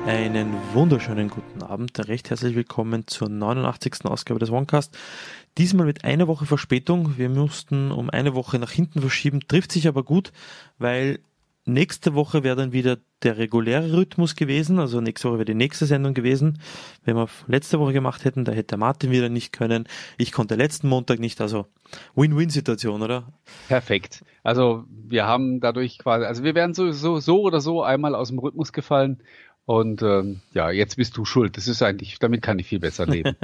Einen wunderschönen guten Abend, recht herzlich willkommen zur 89. Ausgabe des OneCast. Diesmal mit einer Woche Verspätung. Wir mussten um eine Woche nach hinten verschieben, trifft sich aber gut, weil nächste Woche wäre dann wieder der reguläre Rhythmus gewesen, also nächste Woche wäre die nächste Sendung gewesen. Wenn wir letzte Woche gemacht hätten, da hätte der Martin wieder nicht können, ich konnte letzten Montag nicht, also Win-Win-Situation, oder? Perfekt. Also wir haben dadurch quasi, also wir wären so oder so einmal aus dem Rhythmus gefallen. Und ja, jetzt bist du schuld. Das ist eigentlich, damit kann ich viel besser leben.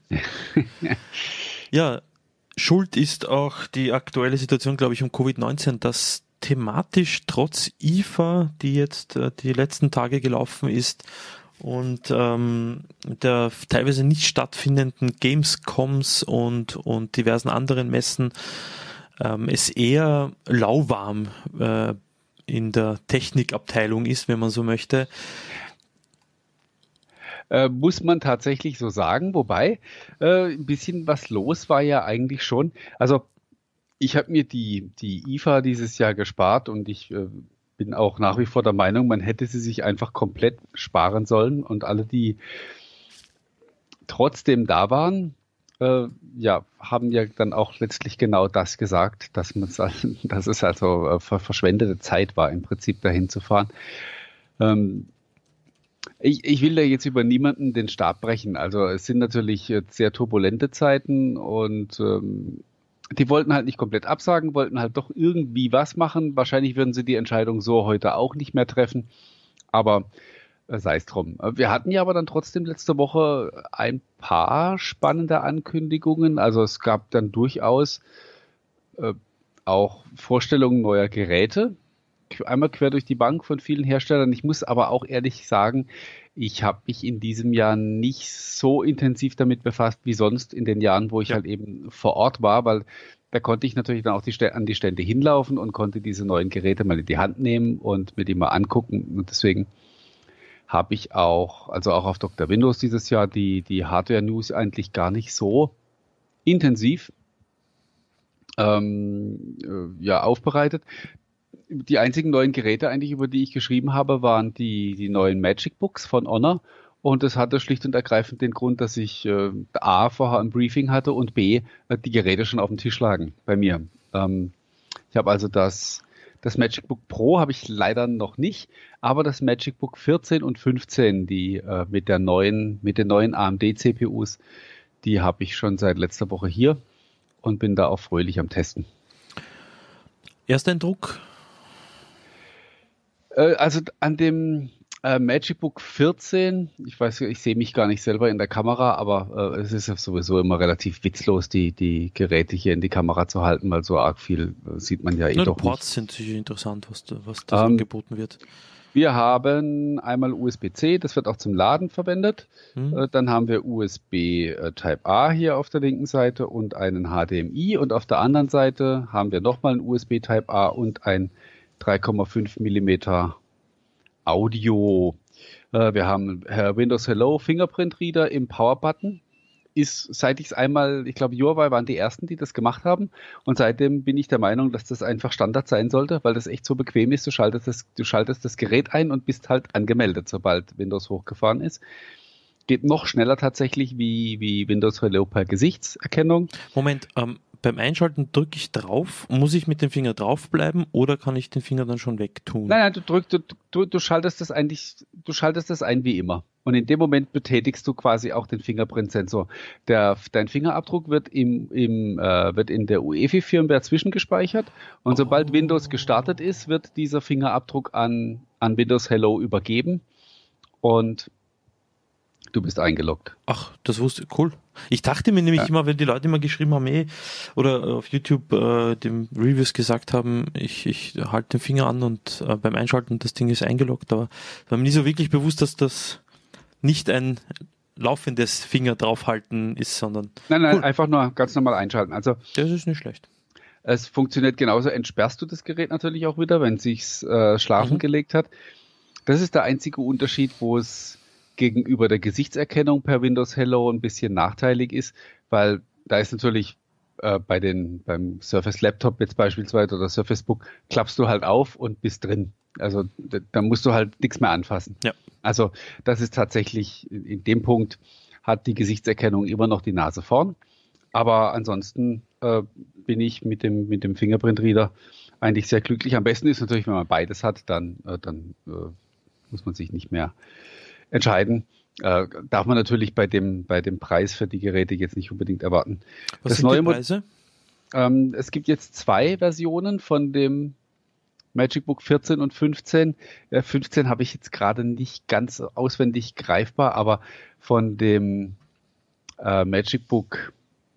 Ja, schuld ist auch die aktuelle Situation, glaube ich, um Covid-19, dass thematisch trotz IFA, die jetzt die letzten Tage gelaufen ist, und der teilweise nicht stattfindenden Gamescoms und diversen anderen Messen, es eher lauwarm in der Technikabteilung ist, wenn man so möchte. Muss man tatsächlich so sagen, wobei ein bisschen was los war ja eigentlich schon. Also ich habe mir die IFA dieses Jahr gespart und ich bin auch nach wie vor der Meinung, man hätte sie sich einfach komplett sparen sollen und alle, die trotzdem da waren, ja, haben ja dann auch letztlich genau das gesagt, dass es also verschwendete Zeit war, im Prinzip dahin zu fahren. Ich will da jetzt über niemanden den Stab brechen. Also es sind natürlich sehr turbulente Zeiten und die wollten halt nicht komplett absagen, wollten halt doch irgendwie was machen. Wahrscheinlich würden sie die Entscheidung so heute auch nicht mehr treffen, aber sei es drum. Wir hatten ja aber dann trotzdem letzte Woche ein paar spannende Ankündigungen. Also es gab dann durchaus auch Vorstellungen neuer Geräte. Einmal quer durch die Bank von vielen Herstellern. Ich muss aber auch ehrlich sagen, ich habe mich in diesem Jahr nicht so intensiv damit befasst wie sonst in den Jahren, wo ich halt eben vor Ort war, weil da konnte ich natürlich dann auch an die Stände hinlaufen und konnte diese neuen Geräte mal in die Hand nehmen und mir die mal angucken. Und deswegen habe ich auch, also auch auf Dr. Windows dieses Jahr, die Hardware-News eigentlich gar nicht so intensiv aufbereitet. Die einzigen neuen Geräte eigentlich, über die ich geschrieben habe, waren die neuen Magic Books von Honor. Und das hatte schlicht und ergreifend den Grund, dass ich A, vorher ein Briefing hatte und B, die Geräte schon auf dem Tisch lagen bei mir. Ich habe also das Magic Book Pro habe ich leider noch nicht, aber das Magic Book 14 und 15, die mit den neuen AMD-CPUs, die habe ich schon seit letzter Woche hier und bin da auch fröhlich am Testen. Ersteindruck? Also an dem Magic Book 14, ich weiß, ich sehe mich gar nicht selber in der Kamera, aber es ist ja sowieso immer relativ witzlos, die Geräte hier in die Kamera zu halten, weil so arg viel sieht man ja doch nicht. Ports sind sicher interessant, was da angeboten wird. Wir haben einmal USB-C, das wird auch zum Laden verwendet. Dann haben wir USB Type-A hier auf der linken Seite und einen HDMI. Und auf der anderen Seite haben wir nochmal ein USB Type-A und ein 3,5 mm Audio. Wir haben Windows Hello Fingerprint Reader im Power Button. Seit ich es einmal, ich glaube, Huawei waren die ersten, die das gemacht haben. Und seitdem bin ich der Meinung, dass das einfach Standard sein sollte, weil das echt so bequem ist. Du schaltest das Gerät ein und bist halt angemeldet, sobald Windows hochgefahren ist. Geht noch schneller tatsächlich wie Windows Hello per Gesichtserkennung. Moment, beim Einschalten drücke ich drauf. Muss ich mit dem Finger draufbleiben oder kann ich den Finger dann schon wegtun? Nein, du schaltest das ein wie immer. Und in dem Moment betätigst du quasi auch den Fingerprint-Sensor. Dein Fingerabdruck wird in der UEFI-Firmware zwischengespeichert. Und sobald Windows gestartet ist, wird dieser Fingerabdruck an Windows Hello übergeben. Und du bist eingeloggt. Ach, das wusste ich. Cool. Ich dachte mir nämlich immer, wenn die Leute immer geschrieben haben, oder auf YouTube dem Reviews gesagt haben, ich halte den Finger an und beim Einschalten das Ding ist eingeloggt, aber war mir nie so wirklich bewusst, dass das nicht ein laufendes Finger draufhalten ist, sondern... Nein, cool. Einfach nur ganz normal einschalten. Also das ist nicht schlecht. Es funktioniert genauso, entsperrst du das Gerät natürlich auch wieder, wenn es sich schlafen gelegt hat. Das ist der einzige Unterschied, wo es gegenüber der Gesichtserkennung per Windows Hello ein bisschen nachteilig ist, weil da ist natürlich beim Surface Laptop jetzt beispielsweise oder Surface Book klappst du halt auf und bist drin. Also da musst du halt nichts mehr anfassen. Ja. Also das ist tatsächlich in dem Punkt hat die Gesichtserkennung immer noch die Nase vorn. Aber ansonsten bin ich mit dem Fingerprint Reader eigentlich sehr glücklich. Am besten ist natürlich, wenn man beides hat, dann muss man sich nicht mehr entscheiden. Darf man natürlich bei dem Preis für die Geräte jetzt nicht unbedingt erwarten. Was sind die Preise? Es gibt jetzt 2 Versionen von dem MagicBook 14 und 15. 15 habe ich jetzt gerade nicht ganz auswendig greifbar, aber von dem MagicBook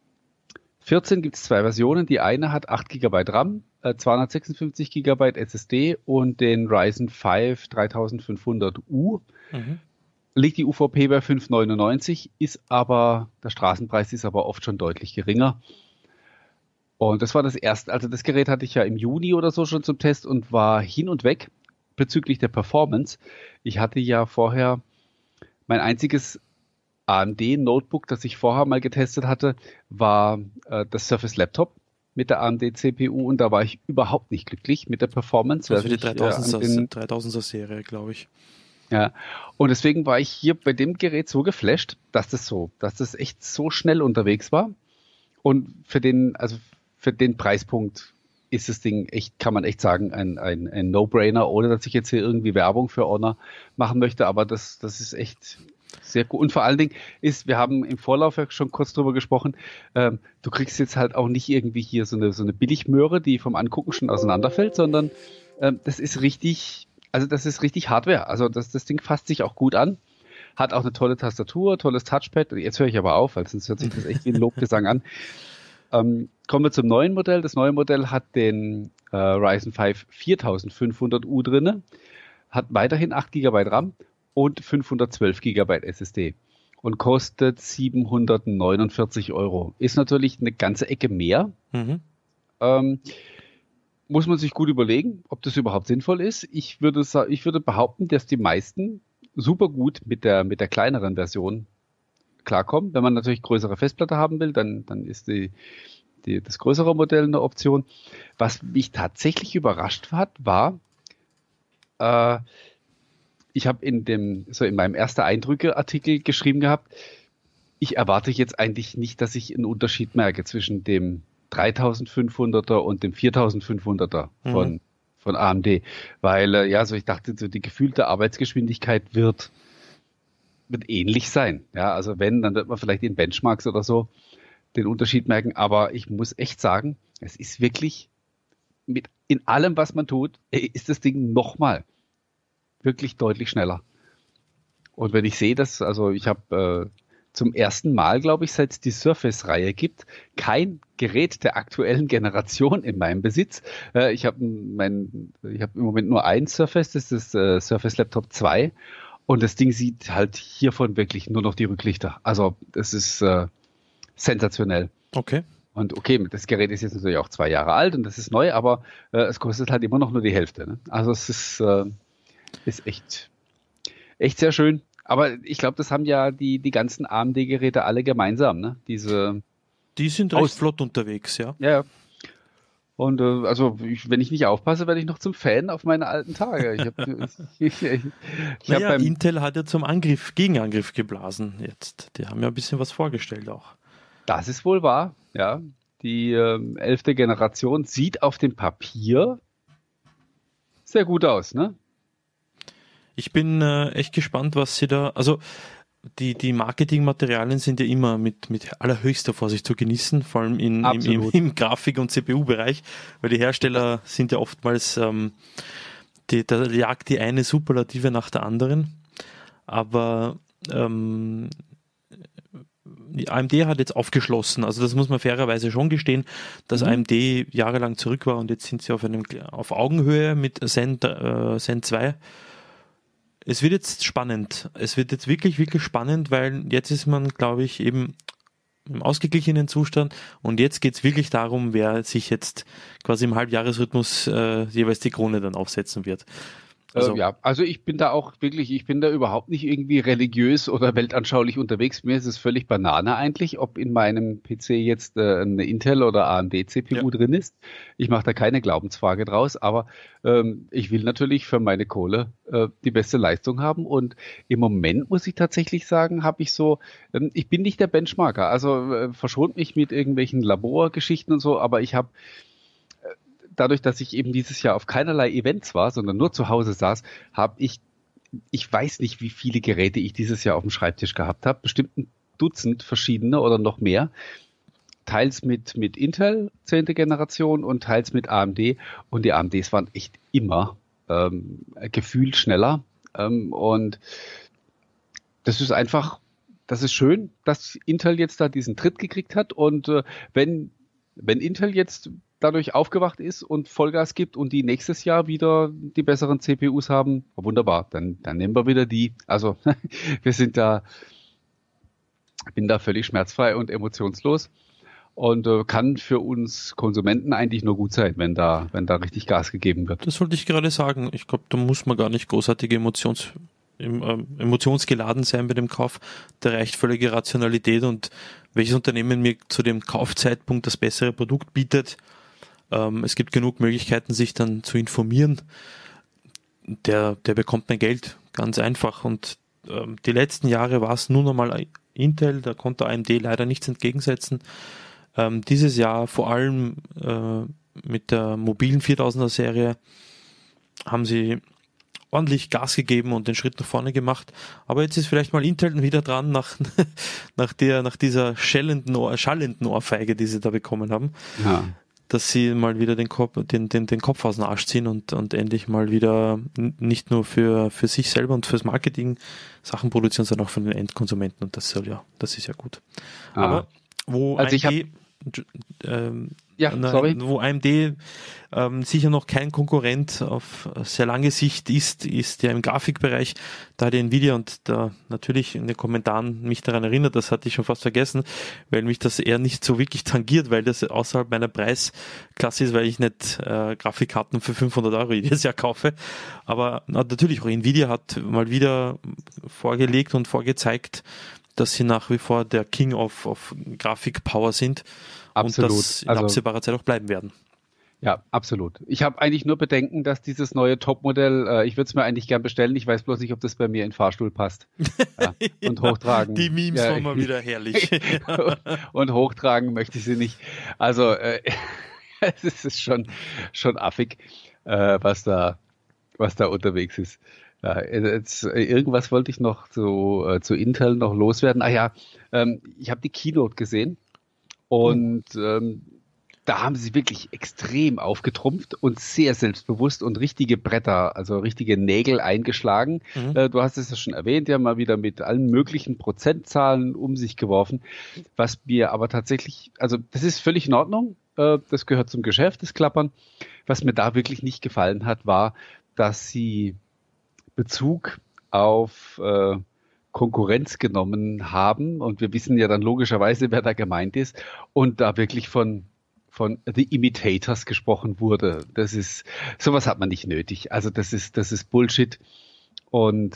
14 gibt es 2 Versionen. Die eine hat 8 GB RAM, 256 GB SSD und den Ryzen 5 3500U. Liegt die UVP bei 5,99, der Straßenpreis ist aber oft schon deutlich geringer. Und das war das erste, also das Gerät hatte ich ja im Juni oder so schon zum Test und war hin und weg bezüglich der Performance. Ich hatte ja vorher mein einziges AMD-Notebook, das ich vorher mal getestet hatte, war das Surface Laptop mit der AMD-CPU und da war ich überhaupt nicht glücklich mit der Performance. Also die 3000er Serie, glaube ich. Ja, und deswegen war ich hier bei dem Gerät so geflasht, dass das echt so schnell unterwegs war. Und für den Preispunkt ist das Ding echt, kann man echt sagen, ein No-Brainer, ohne dass ich jetzt hier irgendwie Werbung für Honor machen möchte, aber das ist echt sehr gut. Und vor allen Dingen wir haben im Vorlauf ja schon kurz drüber gesprochen, du kriegst jetzt halt auch nicht irgendwie hier so eine Billigmöhre, die vom Angucken schon auseinanderfällt, sondern das ist richtig Hardware. Also das Ding fasst sich auch gut an, hat auch eine tolle Tastatur, tolles Touchpad. Jetzt höre ich aber auf, weil sonst hört sich das echt wie ein Lobgesang an. Kommen wir zum neuen Modell. Das neue Modell hat den Ryzen 5 4500U drinne, hat weiterhin 8 GB RAM und 512 GB SSD und kostet 749 €. Ist natürlich eine ganze Ecke mehr. Muss man sich gut überlegen, ob das überhaupt sinnvoll ist. Ich würde behaupten, dass die meisten super gut mit der kleineren Version klarkommen. Wenn man natürlich größere Festplatte haben will, dann ist das größere Modell eine Option. Was mich tatsächlich überrascht hat, war, ich habe in meinem ersten Eindrücke-Artikel geschrieben gehabt, ich erwarte jetzt eigentlich nicht, dass ich einen Unterschied merke zwischen dem 3500er und dem 4500er von AMD, weil ich dachte, so die gefühlte Arbeitsgeschwindigkeit wird ähnlich sein. Ja, also wenn, dann wird man vielleicht in Benchmarks oder so den Unterschied merken, aber ich muss echt sagen, es ist wirklich in allem, was man tut, ist das Ding nochmal wirklich deutlich schneller. Und wenn ich sehe, ich habe zum ersten Mal, glaube ich, seit es die Surface-Reihe gibt, kein Gerät der aktuellen Generation in meinem Besitz. Ich habe im Moment nur ein Surface, das ist das Surface Laptop 2 und das Ding sieht halt hiervon wirklich nur noch die Rücklichter. Also das ist sensationell. Okay. Und okay, das Gerät ist jetzt natürlich auch 2 Jahre alt und das ist neu, aber es kostet halt immer noch nur die Hälfte. Ne? Also es ist echt sehr schön. Aber ich glaube, das haben ja die ganzen AMD-Geräte alle gemeinsam, ne? Die sind recht flott unterwegs, ja. Ja. Und wenn ich nicht aufpasse, werde ich noch zum Fan auf meine alten Tage. Intel hat ja zum Gegenangriff geblasen jetzt. Die haben ja ein bisschen was vorgestellt auch. Das ist wohl wahr, ja. Die 11. Generation sieht auf dem Papier sehr gut aus, ne? Ich bin echt gespannt, was sie da, also die Marketingmaterialien sind ja immer mit allerhöchster Vorsicht zu genießen, vor allem im Grafik- und CPU-Bereich, weil die Hersteller sind ja oftmals, da jagt die eine Superlative nach der anderen, aber die AMD hat jetzt aufgeschlossen, also das muss man fairerweise schon gestehen, dass AMD jahrelang zurück war und jetzt sind sie auf Augenhöhe mit Zen 2. Es wird jetzt spannend. Es wird jetzt wirklich, wirklich spannend, weil jetzt ist man, glaube ich, eben im ausgeglichenen Zustand und jetzt geht es wirklich darum, wer sich jetzt quasi im Halbjahresrhythmus jeweils die Krone dann aufsetzen wird. Also ich bin da auch wirklich, ich bin da überhaupt nicht irgendwie religiös oder weltanschaulich unterwegs. Mir ist es völlig Banane eigentlich, ob in meinem PC jetzt eine Intel oder AMD Ja. CPU drin ist. Ich mache da keine Glaubensfrage draus, aber ich will natürlich für meine Kohle die beste Leistung haben. Und im Moment muss ich tatsächlich sagen, habe ich so, ich bin nicht der Benchmarker. Also verschont mich mit irgendwelchen Laborgeschichten und so, aber ich habe dadurch, dass ich eben dieses Jahr auf keinerlei Events war, sondern nur zu Hause saß, habe ich weiß nicht, wie viele Geräte ich dieses Jahr auf dem Schreibtisch gehabt habe, bestimmt ein Dutzend verschiedene oder noch mehr, teils mit Intel, 10. Generation und teils mit AMD, und die AMDs waren echt immer gefühlt schneller, und das ist einfach, das ist schön, dass Intel jetzt da diesen Tritt gekriegt hat, und wenn Intel jetzt dadurch aufgewacht ist und Vollgas gibt und die nächstes Jahr wieder die besseren CPUs haben, wunderbar, dann nehmen wir wieder die. Also wir sind da, bin da völlig schmerzfrei und emotionslos und kann für uns Konsumenten eigentlich nur gut sein, wenn da richtig Gas gegeben wird. Das wollte ich gerade sagen. Ich glaube, da muss man gar nicht großartige emotionsgeladen sein bei dem Kauf. Da reicht völlige Rationalität, und welches Unternehmen mir zu dem Kaufzeitpunkt das bessere Produkt bietet. Es gibt genug Möglichkeiten, sich dann zu informieren. Der bekommt mein Geld, ganz einfach. Und die letzten Jahre war es nur nochmal Intel, da konnte AMD leider nichts entgegensetzen. Dieses Jahr vor allem mit der mobilen 4000er Serie haben sie ordentlich Gas gegeben und den Schritt nach vorne gemacht. Aber jetzt ist vielleicht mal Intel wieder dran nach dieser schallenden Ohrfeige, die sie da bekommen haben. Ja. Dass sie mal wieder den Kopf aus dem Arsch ziehen und endlich mal wieder nicht nur für sich selber und fürs Marketing Sachen produzieren, sondern auch für den Endkonsumenten, und das ist ja gut. Aber wo also wo AMD sicher noch kein Konkurrent auf sehr lange Sicht ist ja im Grafikbereich. Da hat Nvidia und da natürlich in den Kommentaren mich daran erinnert, das hatte ich schon fast vergessen, weil mich das eher nicht so wirklich tangiert, weil das außerhalb meiner Preisklasse ist, weil ich nicht Grafikkarten für 500 Euro jedes Jahr kaufe. Aber natürlich auch Nvidia hat mal wieder vorgelegt und vorgezeigt, dass sie nach wie vor der King of Grafikpower sind. Absolut. Und das in absehbarer Zeit auch bleiben werden. Ja, absolut. Ich habe eigentlich nur Bedenken, dass dieses neue Topmodell, ich würde es mir eigentlich gern bestellen, ich weiß bloß nicht, ob das bei mir in den Fahrstuhl passt. Ja. Und hochtragen. Die Memes waren mal wieder herrlich. Und hochtragen möchte ich sie nicht. Also es ist schon affig, was da unterwegs ist. Ja, jetzt, irgendwas wollte ich noch zu Intel noch loswerden. Ich habe die Keynote gesehen. Und da haben sie wirklich extrem aufgetrumpft und sehr selbstbewusst und richtige Bretter, also richtige Nägel eingeschlagen. Du hast es ja schon erwähnt, die haben mal wieder mit allen möglichen Prozentzahlen um sich geworfen. Was mir aber tatsächlich, also das ist völlig in Ordnung, das gehört zum Geschäft, das Klappern. Was mir da wirklich nicht gefallen hat, war, dass sie Bezug auf Konkurrenz genommen haben, und wir wissen ja dann logischerweise, wer da gemeint ist, und da wirklich von The Imitators gesprochen wurde. Sowas hat man nicht nötig. Also das ist Bullshit, und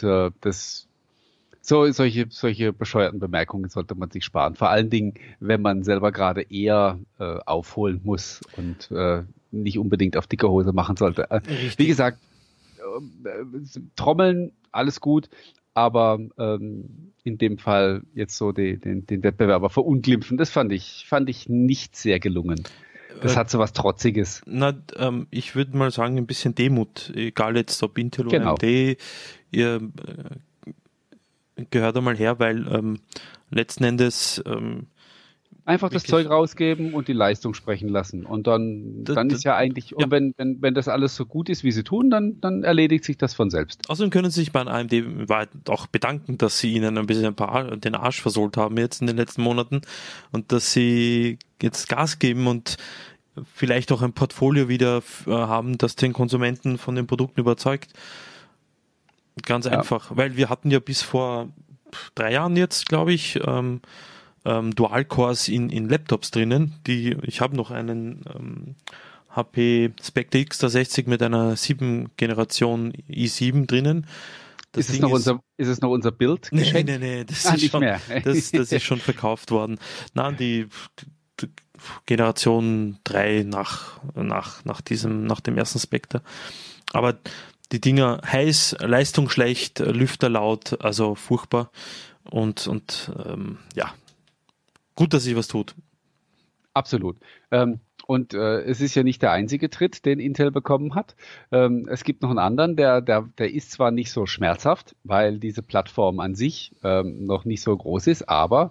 solche bescheuerten Bemerkungen sollte man sich sparen. Vor allen Dingen, wenn man selber gerade eher aufholen muss und nicht unbedingt auf dicke Hose machen sollte. Wie gesagt, Trommeln, alles gut, aber in dem Fall jetzt so den Wettbewerber verunglimpfen, das fand ich nicht sehr gelungen. Das hat so was Trotziges. Ich würde mal sagen, ein bisschen Demut, egal jetzt ob Intel oder Genau. AMD, ihr gehört einmal her, weil letzten Endes einfach das Zeug rausgeben und die Leistung sprechen lassen. Und dann ist ja eigentlich, ja. Und wenn das alles so gut ist, wie sie tun, dann erledigt sich das von selbst. Außerdem können sie sich bei AMD auch bedanken, dass sie ihnen ein bisschen den Arsch versohlt haben jetzt in den letzten Monaten und dass sie jetzt Gas geben und vielleicht auch ein Portfolio wieder haben, das den Konsumenten von den Produkten überzeugt. Ganz einfach, weil wir hatten ja bis vor 3 Jahren jetzt, glaube ich, Dual-Cores in Laptops drinnen. Ich habe noch einen HP Spectre X360 mit einer 7 Generation i7 drinnen. Ist es noch unser Bild? Nee, das ist schon, das ist schon verkauft worden. Nein, die Generation 3 nach dem ersten Spectre. Aber die Dinger heiß, Leistung schlecht, Lüfter laut, also furchtbar. Und ja, gut, dass sich was tut. Absolut. Und es ist ja nicht der einzige Tritt, den Intel bekommen hat. Es gibt noch einen anderen, der ist zwar nicht so schmerzhaft, weil diese Plattform an sich noch nicht so groß ist, aber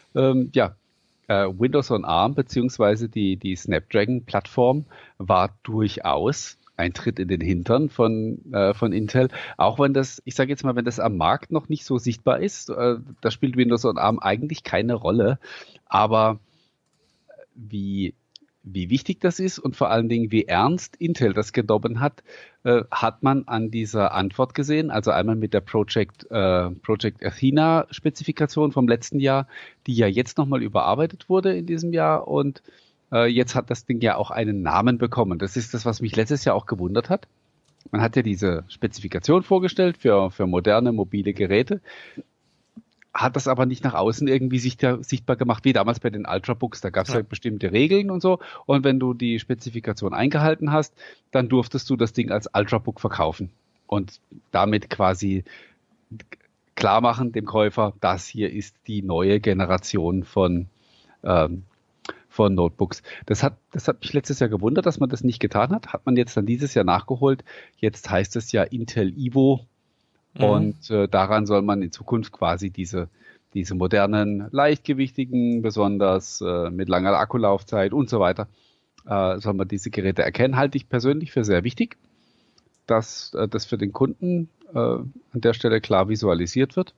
Windows on ARM beziehungsweise die Snapdragon-Plattform war durchaus ein Tritt in den Hintern von Intel. Auch wenn das, ich sage jetzt mal, wenn das am Markt noch nicht so sichtbar ist, da spielt Windows on ARM eigentlich keine Rolle. Aber wie wichtig das ist und vor allen Dingen, wie ernst Intel das genommen hat, hat man an dieser Antwort gesehen. Also einmal mit der Project Athena Spezifikation vom letzten Jahr, die ja jetzt nochmal überarbeitet wurde in diesem Jahr und jetzt hat das Ding ja auch einen Namen bekommen. Das ist das, was mich letztes Jahr auch gewundert hat. Man hat ja diese Spezifikation vorgestellt für moderne mobile Geräte, hat das aber nicht nach außen irgendwie sichtbar gemacht, wie damals bei den Ultrabooks. Da gab es ja bestimmte Regeln und so. Und wenn du die Spezifikation eingehalten hast, dann durftest du das Ding als Ultrabook verkaufen. Und damit quasi klar machen dem Käufer, das hier ist die neue Generation von Notebooks. Das hat mich letztes Jahr gewundert, dass man das nicht getan hat. Hat man jetzt dann dieses Jahr nachgeholt. Jetzt heißt es ja Intel Evo. Und daran soll man in Zukunft quasi diese modernen, leichtgewichtigen, besonders mit langer Akkulaufzeit und so weiter, soll man diese Geräte erkennen. Halte ich persönlich für sehr wichtig, dass das für den Kunden an der Stelle klar visualisiert wird.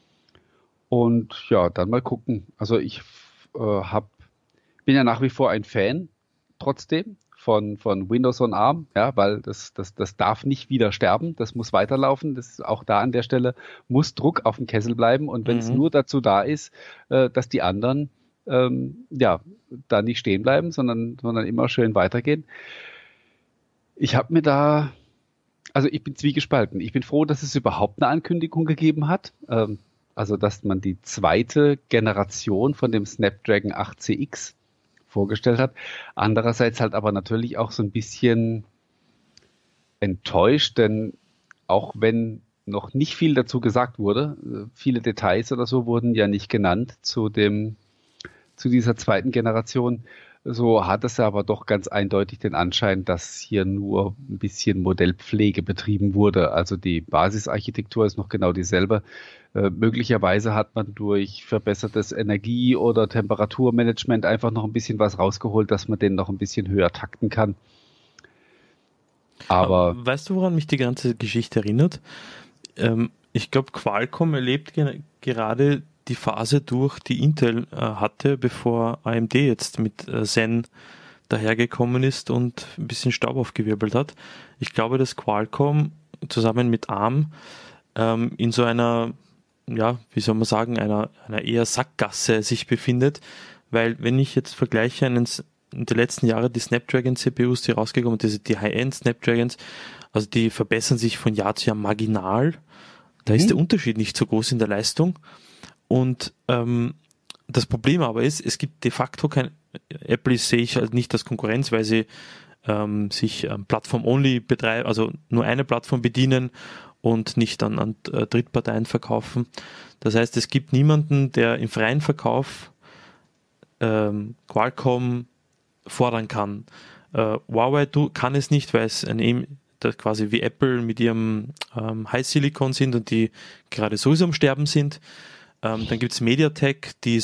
Und ja, dann mal gucken. Also ich bin ja nach wie vor ein Fan trotzdem von Windows on ARM, ja, weil das darf nicht wieder sterben, das muss weiterlaufen, das auch da an der Stelle muss Druck auf dem Kessel bleiben und wenn es nur dazu da ist, dass die anderen da nicht stehen bleiben, sondern immer schön weitergehen. Ich bin zwiegespalten. Ich bin froh, dass es überhaupt eine Ankündigung gegeben hat, also dass man die zweite Generation von dem Snapdragon 8CX vorgestellt hat. Andererseits halt aber natürlich auch so ein bisschen enttäuscht, denn auch wenn noch nicht viel dazu gesagt wurde, viele Details oder so wurden ja nicht genannt zu dieser zweiten Generation, so hat es aber doch ganz eindeutig den Anschein, dass hier nur ein bisschen Modellpflege betrieben wurde. Also die Basisarchitektur ist noch genau dieselbe. Möglicherweise hat man durch verbessertes Energie- oder Temperaturmanagement einfach noch ein bisschen was rausgeholt, dass man den noch ein bisschen höher takten kann. Aber weißt du, woran mich die ganze Geschichte erinnert? Ich glaube, Qualcomm erlebt gerade die Phase durch, die Intel hatte, bevor AMD jetzt mit Zen dahergekommen ist und ein bisschen Staub aufgewirbelt hat. Ich glaube, dass Qualcomm zusammen mit ARM in so einer, ja, wie soll man sagen, einer eher Sackgasse sich befindet, weil wenn ich jetzt vergleiche in den letzten Jahren die Snapdragon-CPUs, die rausgekommen sind, die High-End-Snapdragons, also die verbessern sich von Jahr zu Jahr marginal. Da ist der Unterschied nicht so groß in der Leistung. Und das Problem aber ist, es gibt de facto Apple sehe ich halt nicht als Konkurrenz, weil sie sich Plattform-only betreiben, also nur eine Plattform bedienen und nicht an Drittparteien verkaufen. Das heißt, es gibt niemanden, der im freien Verkauf Qualcomm fordern kann. Huawei kann es nicht, weil es quasi wie Apple mit ihrem High Silicon sind und die gerade sowieso am Sterben sind. Dann gibt es MediaTek, die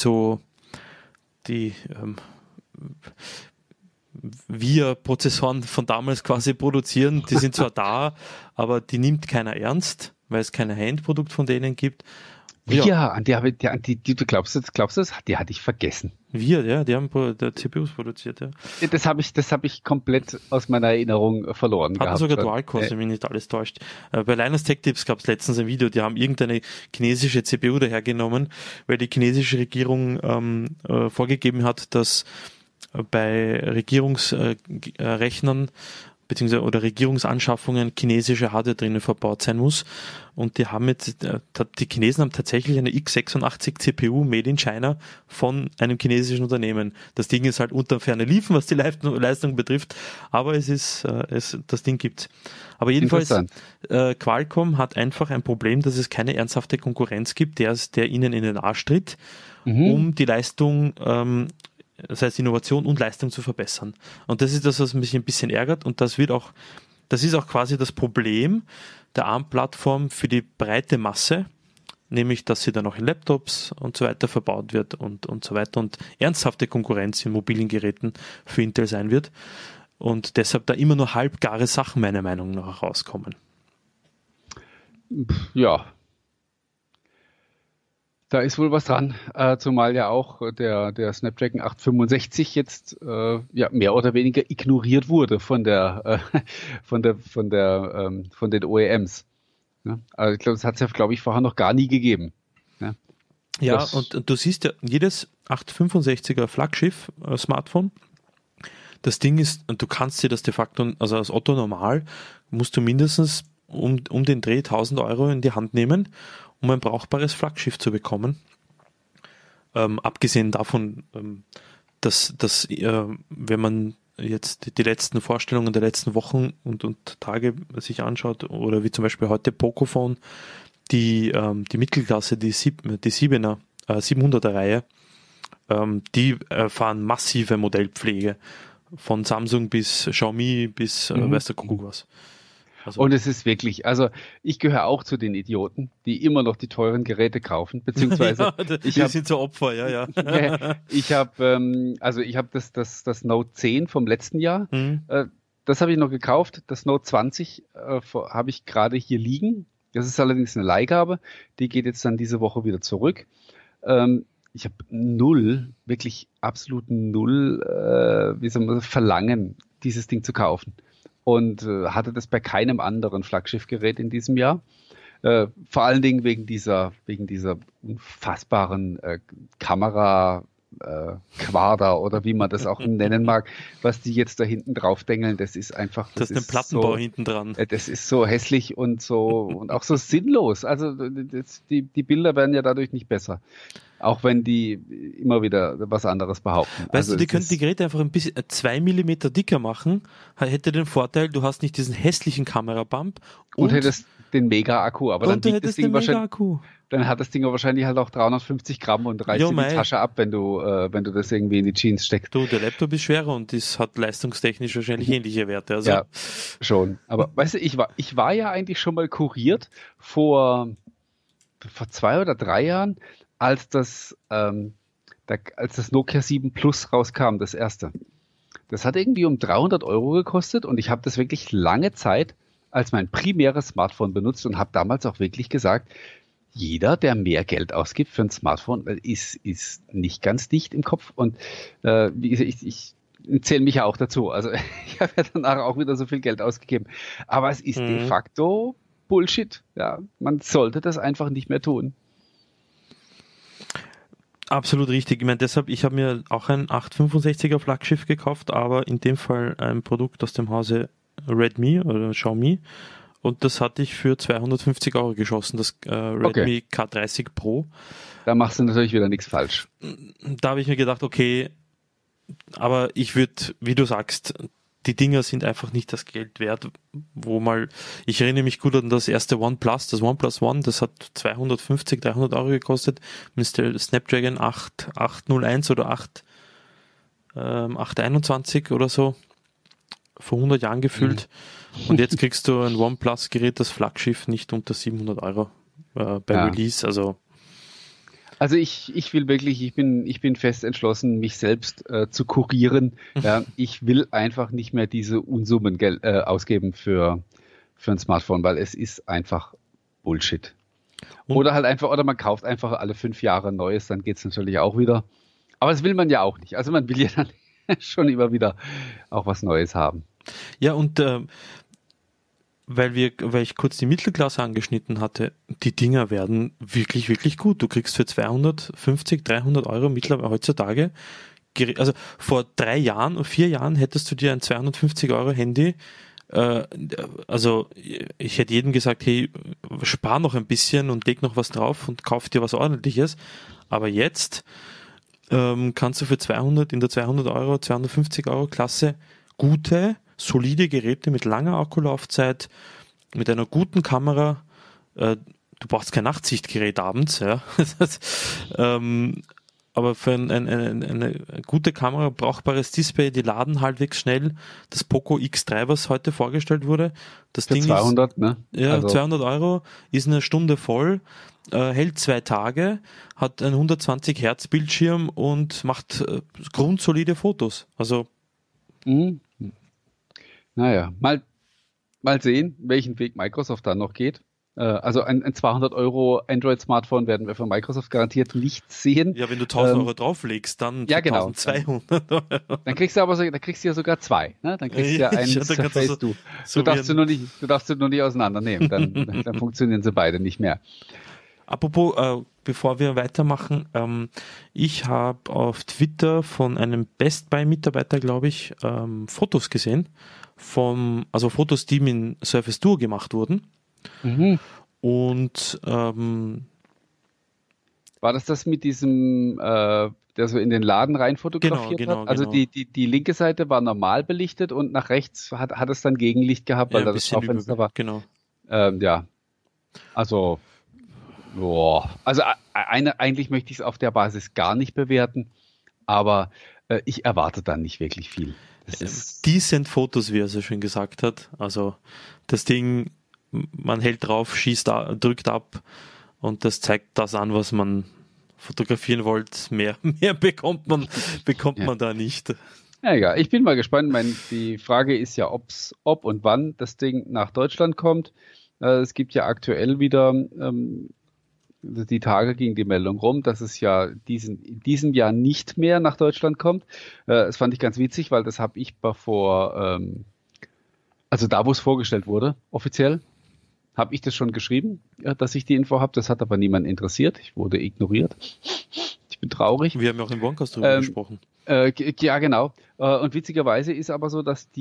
VIA-Prozessoren von damals quasi produzieren. Die sind zwar da, aber die nimmt keiner ernst, weil es kein High-End-Produkt von denen gibt. VIA, an die du glaubst du, die hatte ich vergessen. VIA, ja, die haben CPUs produziert, ja. Das habe ich komplett aus meiner Erinnerung verloren gehabt. Hatten sogar Dual-Cores, wenn mich nicht alles täuscht. Bei Linus Tech Tips gab es letztens ein Video, die haben irgendeine chinesische CPU dahergenommen, weil die chinesische Regierung vorgegeben hat, dass bei Regierungsrechnern beziehungsweise oder Regierungsanschaffungen chinesische Hardware drinnen verbaut sein muss. Und die Chinesen haben tatsächlich eine x86 CPU made in China von einem chinesischen Unternehmen. Das Ding ist halt unter ferner Liefen, was die Leistung betrifft, aber das Ding gibt's. Aber jedenfalls, Qualcomm hat einfach ein Problem, dass es keine ernsthafte Konkurrenz gibt, der ihnen in den Arsch tritt, um die Leistung das heißt Innovation und Leistung zu verbessern. Und das ist das, was mich ein bisschen ärgert, und das ist auch quasi das Problem der ARM-Plattform für die breite Masse, nämlich, dass sie dann auch in Laptops und so weiter verbaut wird und so weiter und ernsthafte Konkurrenz in mobilen Geräten für Intel sein wird und deshalb da immer nur halbgare Sachen meiner Meinung nach rauskommen. Ja. Da ist wohl was dran, zumal ja auch der Snapdragon 865 jetzt mehr oder weniger ignoriert wurde von den OEMs. Ja? Also ich glaube, das hat es ja, glaube ich, vorher noch gar nie gegeben. Ja, ja, und du siehst ja, jedes 865er Flaggschiff-Smartphone, das Ding ist, und du kannst dir das de facto, also als Otto normal, musst du mindestens um den Dreh 1.000 Euro in die Hand nehmen, um ein brauchbares Flaggschiff zu bekommen. Abgesehen davon, dass wenn man jetzt die letzten Vorstellungen der letzten Wochen und Tage sich anschaut, oder wie zum Beispiel heute Pocophone, die Mittelklasse, die 700er Reihe, die erfahren massive Modellpflege. Von Samsung bis Xiaomi bis weiß der Kuckuck was. Also. Und es ist wirklich, also ich gehöre auch zu den Idioten, die immer noch die teuren Geräte kaufen, beziehungsweise die sind so Opfer, ja. Ich habe das Note 10 vom letzten Jahr, das habe ich noch gekauft. Das Note 20 habe ich gerade hier liegen. Das ist allerdings eine Leihgabe, die geht jetzt dann diese Woche wieder zurück. Ich habe wirklich absolut null Verlangen, dieses Ding zu kaufen. Und hatte das bei keinem anderen Flaggschiffgerät in diesem Jahr. Vor allen Dingen wegen dieser unfassbaren Kamera Quader oder wie man das auch nennen mag, was die jetzt da hinten drauf dengeln, das ist einfach... Das ist ein Plattenbau so, hinten dran. Das ist so hässlich und auch so sinnlos. Also die Bilder werden ja dadurch nicht besser. Auch wenn die immer wieder was anderes behaupten. Weißt du, die könnten die Geräte einfach ein bisschen 2 Millimeter dicker machen, hätte den Vorteil, du hast nicht diesen hässlichen Kamerabump und hättest den Mega-Akku, aber dann wiegt das Ding wahrscheinlich, dann hat das Ding wahrscheinlich halt auch 350 Gramm und reißt in die Tasche ab, wenn du das irgendwie in die Jeans steckst. Du, der Laptop ist schwerer und das hat leistungstechnisch wahrscheinlich ähnliche Werte. Also. Ja, schon. Aber weißt du, ich war ja eigentlich schon mal kuriert vor 2 oder 3 Jahren, als das Nokia 7 Plus rauskam, das erste. Das hat irgendwie um 300 Euro gekostet und ich habe das wirklich lange Zeit als mein primäres Smartphone benutzt und habe damals auch wirklich gesagt, jeder, der mehr Geld ausgibt für ein Smartphone, ist nicht ganz dicht im Kopf. Und wie gesagt, ich zähle mich ja auch dazu. Also ich habe ja danach auch wieder so viel Geld ausgegeben. Aber es ist de facto Bullshit. Ja, man sollte das einfach nicht mehr tun. Absolut richtig. Ich meine, deshalb, ich habe mir auch ein 865er Flaggschiff gekauft, aber in dem Fall ein Produkt aus dem Hause Redmi oder Xiaomi, und das hatte ich für 250 Euro geschossen, das Redmi K30 Pro. Da machst du natürlich wieder nichts falsch. Da habe ich mir gedacht, okay, aber ich würde, wie du sagst, die Dinger sind einfach nicht das Geld wert, ich erinnere mich gut an das erste OnePlus, das OnePlus One, das hat 250, 300 Euro gekostet, mit der Snapdragon 801 oder 821 oder so, vor 100 Jahren gefühlt. Und jetzt kriegst du ein OnePlus-Gerät, das Flaggschiff, nicht unter 700 Euro bei Release, also ich will wirklich, ich bin fest entschlossen, mich selbst zu kurieren. Ja, ich will einfach nicht mehr diese Unsummen Geld ausgeben für ein Smartphone, weil es ist einfach Bullshit. Oder man kauft einfach alle 5 Jahre ein neues, dann geht's natürlich auch wieder. Aber das will man ja auch nicht. Also man will ja dann schon immer wieder auch was Neues haben. Ja, und weil ich kurz die Mittelklasse angeschnitten hatte, die Dinger werden wirklich, wirklich gut. Du kriegst für 250, 300 Euro mittlerweile heutzutage also vor 3 Jahren, 4 Jahren hättest du dir ein 250 Euro Handy, also ich hätte jedem gesagt, hey, spar noch ein bisschen und leg noch was drauf und kauf dir was Ordentliches. Aber jetzt kannst du für 200 in der 200 Euro, 250 Euro Klasse gute, solide Geräte mit langer Akkulaufzeit, mit einer guten Kamera, du brauchst kein Nachtsichtgerät abends, ja. Aber für eine gute Kamera, brauchbares Display, die laden halbwegs schnell. Das Poco X3, was heute vorgestellt wurde, das Für Ding 200, ist, ne? ja, Also 200 Euro, ist eine Stunde voll, hält 2 Tage, hat einen 120 Hertz Bildschirm und macht grundsolide Fotos. Also, naja, mal sehen, welchen Weg Microsoft dann noch geht. Also ein 200 Euro Android-Smartphone werden wir von Microsoft garantiert nicht sehen. ja, wenn du 1000 Euro drauflegst, dann Ja, genau. 1200. Dann kriegst du aber so, dann kriegst du ja sogar 2. Ne? Dann kriegst du ja einen Ja, dann kannst du Surface Duo. so Du darfst sie nur nicht auseinandernehmen. Dann funktionieren sie beide nicht mehr. Apropos, bevor wir weitermachen, ich habe auf Twitter von einem Best Buy-Mitarbeiter, glaube ich, Fotos gesehen, also Fotos, die mit Surface Duo gemacht wurden. Mhm. Und War das mit diesem, der so in den Laden rein fotografiert Genau, hat? Also genau. die linke Seite war normal belichtet und nach rechts hat es dann Gegenlicht gehabt, weil Ja, da ein das bisschen Schaufenster war. genau. Ja, also, boah. Also eigentlich möchte ich es auf der Basis gar nicht bewerten, aber ich erwarte dann nicht wirklich viel. Das ist Decent Fotos, wie er so schön gesagt hat. Also das Ding, man hält drauf, drückt ab und das zeigt das an, was man fotografieren wollte. Mehr bekommt man da nicht. ja, egal. Ich bin mal gespannt. Die Frage ist ja, ob und wann das Ding nach Deutschland kommt. Es gibt ja aktuell wieder, die Tage ging die Meldung rum, dass es ja in diesem Jahr nicht mehr nach Deutschland kommt. Das fand ich ganz witzig, weil das habe ich also da, wo es vorgestellt wurde, offiziell, habe ich das schon geschrieben, dass ich die Info habe. Das hat aber niemand interessiert. Ich wurde ignoriert. Ich bin traurig. Wir haben ja auch im Warncast drüber gesprochen. Ja, genau. Und witzigerweise ist aber so, dass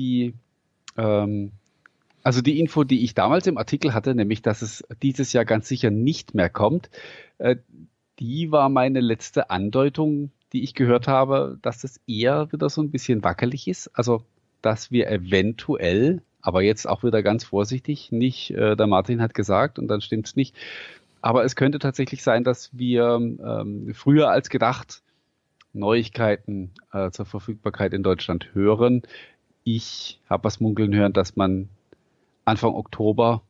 also die Info, die ich damals im Artikel hatte, nämlich, dass es dieses Jahr ganz sicher nicht mehr kommt, die war meine letzte Andeutung, die ich gehört habe, dass es eher wieder so ein bisschen wackelig ist. Also, dass wir eventuell, aber jetzt auch wieder ganz vorsichtig, nicht, der Martin hat gesagt und dann stimmt es nicht, aber es könnte tatsächlich sein, dass wir früher als gedacht Neuigkeiten zur Verfügbarkeit in Deutschland hören. Ich habe was munkeln hören, dass man Anfang Oktober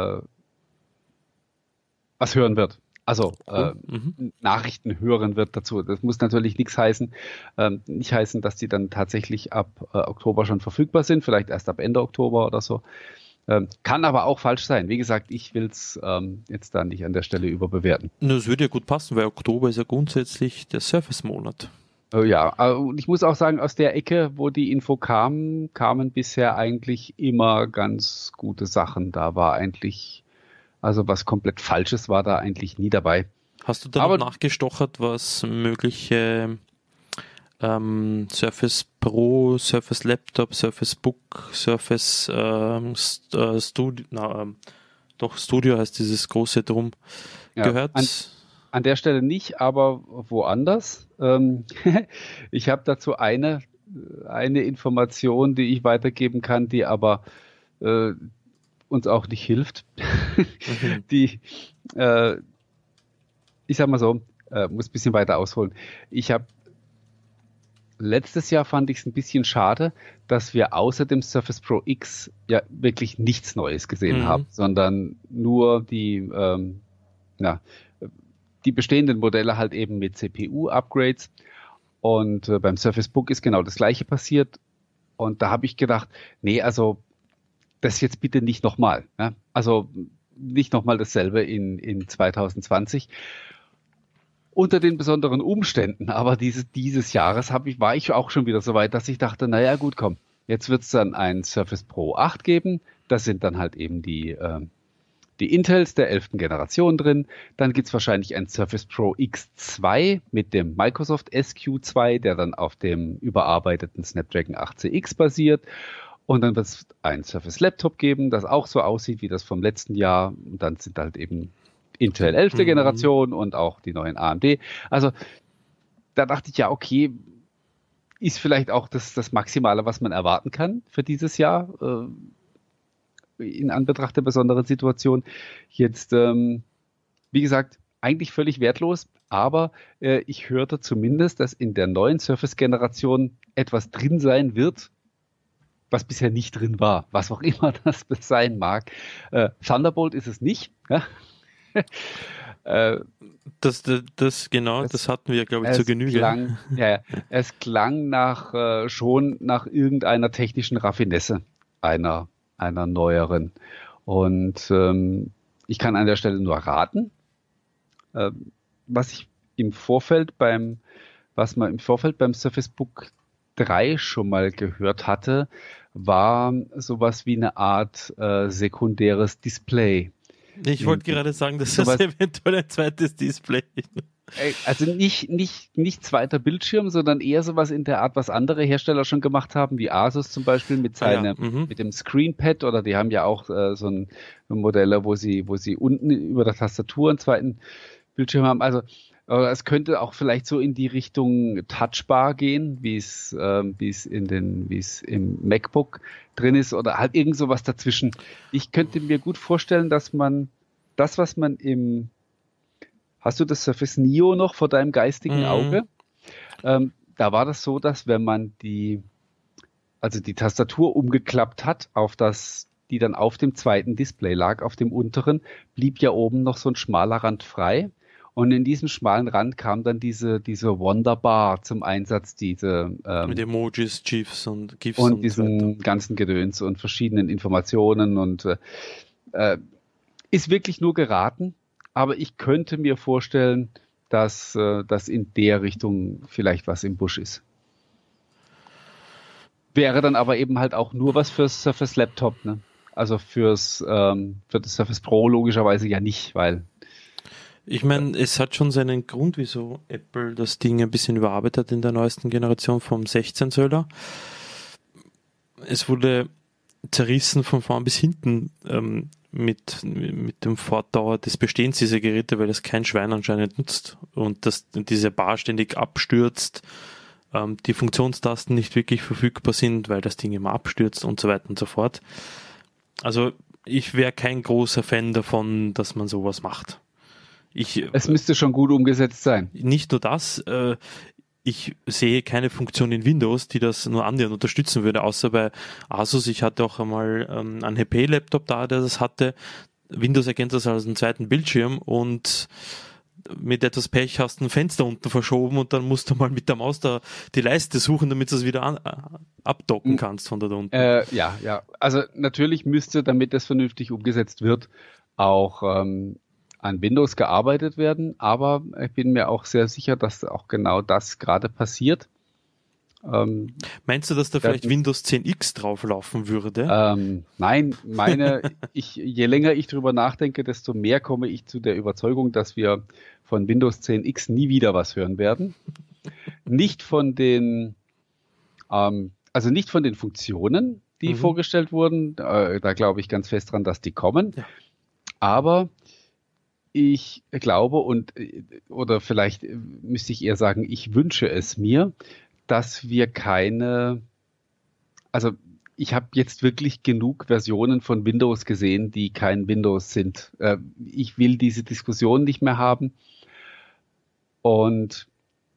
was hören wird. Also Nachrichten hören wird dazu. Das muss natürlich nicht heißen, dass die dann tatsächlich ab Oktober schon verfügbar sind, vielleicht erst ab Ende Oktober oder so. Kann aber auch falsch sein. Wie gesagt, ich will es jetzt da nicht an der Stelle überbewerten. Das würde ja gut passen, weil Oktober ist ja grundsätzlich der Surface-Monat. Ja, und ich muss auch sagen, aus der Ecke, wo die Info kam, kamen bisher eigentlich immer ganz gute Sachen. Da war eigentlich, also was komplett Falsches war da eigentlich nie dabei. Hast du da noch nachgestochert, was mögliche Surface Pro, Surface Laptop, Surface Book, Surface Studio, Studio heißt dieses große drum, gehört? An der Stelle nicht, aber woanders. Ich habe dazu eine Information, die ich weitergeben kann, die aber uns auch nicht hilft. Ich sag mal so, muss ein bisschen weiter ausholen. Letztes Jahr fand ich es ein bisschen schade, dass wir außer dem Surface Pro X ja wirklich nichts Neues gesehen haben, sondern nur die bestehenden Modelle halt eben mit CPU-Upgrades. Und beim Surface Book ist genau das Gleiche passiert. Und da habe ich gedacht, nee, also das jetzt bitte nicht nochmal. Ja? Also nicht nochmal dasselbe in 2020. Unter den besonderen Umständen, aber dieses Jahres war ich auch schon wieder so weit, dass ich dachte, naja gut, komm, jetzt wird es dann ein Surface Pro 8 geben. Das sind dann halt eben die die Intels der 11. Generation drin. Dann gibt es wahrscheinlich ein Surface Pro X2 mit dem Microsoft SQ2, der dann auf dem überarbeiteten Snapdragon 8CX basiert. Und dann wird es ein Surface Laptop geben, das auch so aussieht wie das vom letzten Jahr. Und dann sind halt eben Intel 11. Generation und auch die neuen AMD. Also da dachte ich ja, okay, ist vielleicht auch das Maximale, was man erwarten kann für dieses Jahr, in Anbetracht der besonderen Situation. Jetzt, wie gesagt, eigentlich völlig wertlos, aber ich hörte zumindest, dass in der neuen Surface-Generation etwas drin sein wird, was bisher nicht drin war, was auch immer das sein mag. Thunderbolt ist es nicht. Ja? Das hatten wir, glaube ich, zur Genüge. Es klang schon nach irgendeiner technischen Raffinesse einer neueren. Und ich kann an der Stelle nur raten, was man im Vorfeld beim Surface Book 3 schon mal gehört hatte, war sowas wie eine Art sekundäres Display. Ich wollte gerade sagen, dass das eventuell ein zweites Display ist. Also nicht zweiter Bildschirm, sondern eher sowas in der Art, was andere Hersteller schon gemacht haben, wie Asus zum Beispiel mit dem Screenpad, oder die haben ja auch so ein Modelle, wo sie unten über der Tastatur einen zweiten Bildschirm haben. Also es könnte auch vielleicht so in die Richtung Touchbar gehen, wie es im MacBook drin ist, oder halt irgend sowas dazwischen. Ich könnte mir gut vorstellen, dass man das, was man hast du das Surface Neo noch vor deinem geistigen Auge? Da war das so, dass wenn man die Tastatur umgeklappt hat, die dann auf dem zweiten Display lag, auf dem unteren, blieb ja oben noch so ein schmaler Rand frei. Und in diesem schmalen Rand kam dann diese Wonderbar zum Einsatz, mit Emojis, GIFs und GIFs und diesem ganzen Gedöns und verschiedenen Informationen, und ist wirklich nur geraten, aber ich könnte mir vorstellen, dass in der Richtung vielleicht was im Busch ist. Wäre dann aber eben halt auch nur was fürs Surface Laptop, ne? Also für das Surface Pro logischerweise ja nicht, weil ich meine, es hat schon seinen Grund, wieso Apple das Ding ein bisschen überarbeitet hat in der neuesten Generation vom 16 Zöller. Es wurde zerrissen von vorn bis hinten mit dem Fortdauer des Bestehens dieser Geräte, weil das kein Schwein anscheinend nutzt und dass diese Bar ständig abstürzt, die Funktionstasten nicht wirklich verfügbar sind, weil das Ding immer abstürzt und so weiter und so fort. Also ich wäre kein großer Fan davon, dass man sowas macht. Es müsste schon gut umgesetzt sein. Nicht nur das, ich sehe keine Funktion in Windows, die das nur annähernd unterstützen würde, außer bei Asus. Ich hatte auch einmal einen HP-Laptop da, der das hatte. Windows erkennt das als einen zweiten Bildschirm und mit etwas Pech hast du ein Fenster unten verschoben und dann musst du mal mit der Maus da die Leiste suchen, damit du es wieder abdocken kannst von da unten. Ja. Also natürlich müsste, damit das vernünftig umgesetzt wird, auch an Windows gearbeitet werden, aber ich bin mir auch sehr sicher, dass auch genau das gerade passiert. Meinst du, dass da vielleicht Windows 10X drauflaufen würde? Nein, je länger ich drüber nachdenke, desto mehr komme ich zu der Überzeugung, dass wir von Windows 10X nie wieder was hören werden. Nicht von den Funktionen, die vorgestellt wurden. Da glaube ich ganz fest dran, dass die kommen. Ja. Aber ich glaube oder vielleicht müsste ich eher sagen, ich wünsche es mir, dass wir ich habe jetzt wirklich genug Versionen von Windows gesehen, die kein Windows sind. Ich will diese Diskussion nicht mehr haben. Und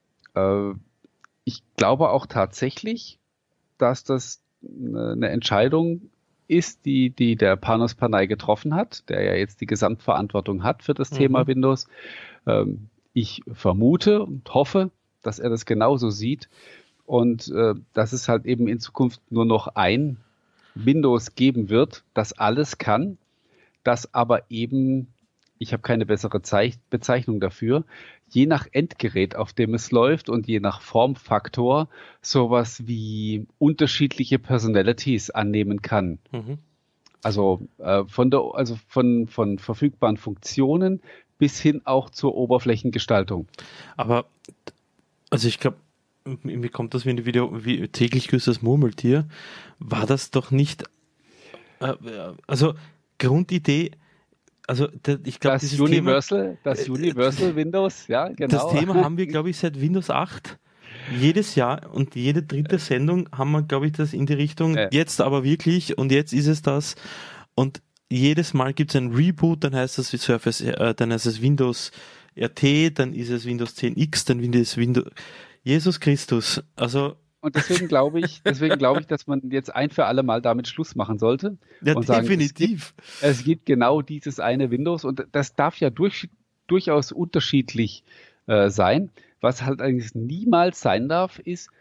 ich glaube auch tatsächlich, dass das eine Entscheidung ist, die der Panos Panay getroffen hat, der ja jetzt die Gesamtverantwortung hat für das Thema Windows. Ich vermute und hoffe, dass er das genauso sieht und dass es halt eben in Zukunft nur noch ein Windows geben wird, das alles kann, das aber eben, ich habe keine bessere Bezeichnung dafür, je nach Endgerät, auf dem es läuft und je nach Formfaktor sowas wie unterschiedliche Personalities annehmen kann. Also von verfügbaren Funktionen bis hin auch zur Oberflächengestaltung. Aber, also ich glaube, mir kommt das wie täglich grüßt das Murmeltier. War das doch nicht, also Grundidee, also ich glaube, Das dieses Thema, Universal Windows, ja, das genau. Thema haben wir, glaube ich, seit Windows 8 jedes Jahr und jede dritte Sendung haben wir, glaube ich, das in die Richtung, jetzt aber wirklich und jetzt ist es das und jedes Mal gibt es ein Reboot, dann heißt es Surface, dann heißt es Windows RT, dann ist es Windows 10X, dann Windows Jesus Christus, also Und deswegen glaube ich, dass man jetzt ein für alle Mal damit Schluss machen sollte ja, und sagen, definitiv. es gibt genau dieses eine Windows und das darf ja durchaus unterschiedlich sein. Was halt eigentlich niemals sein darf, ist,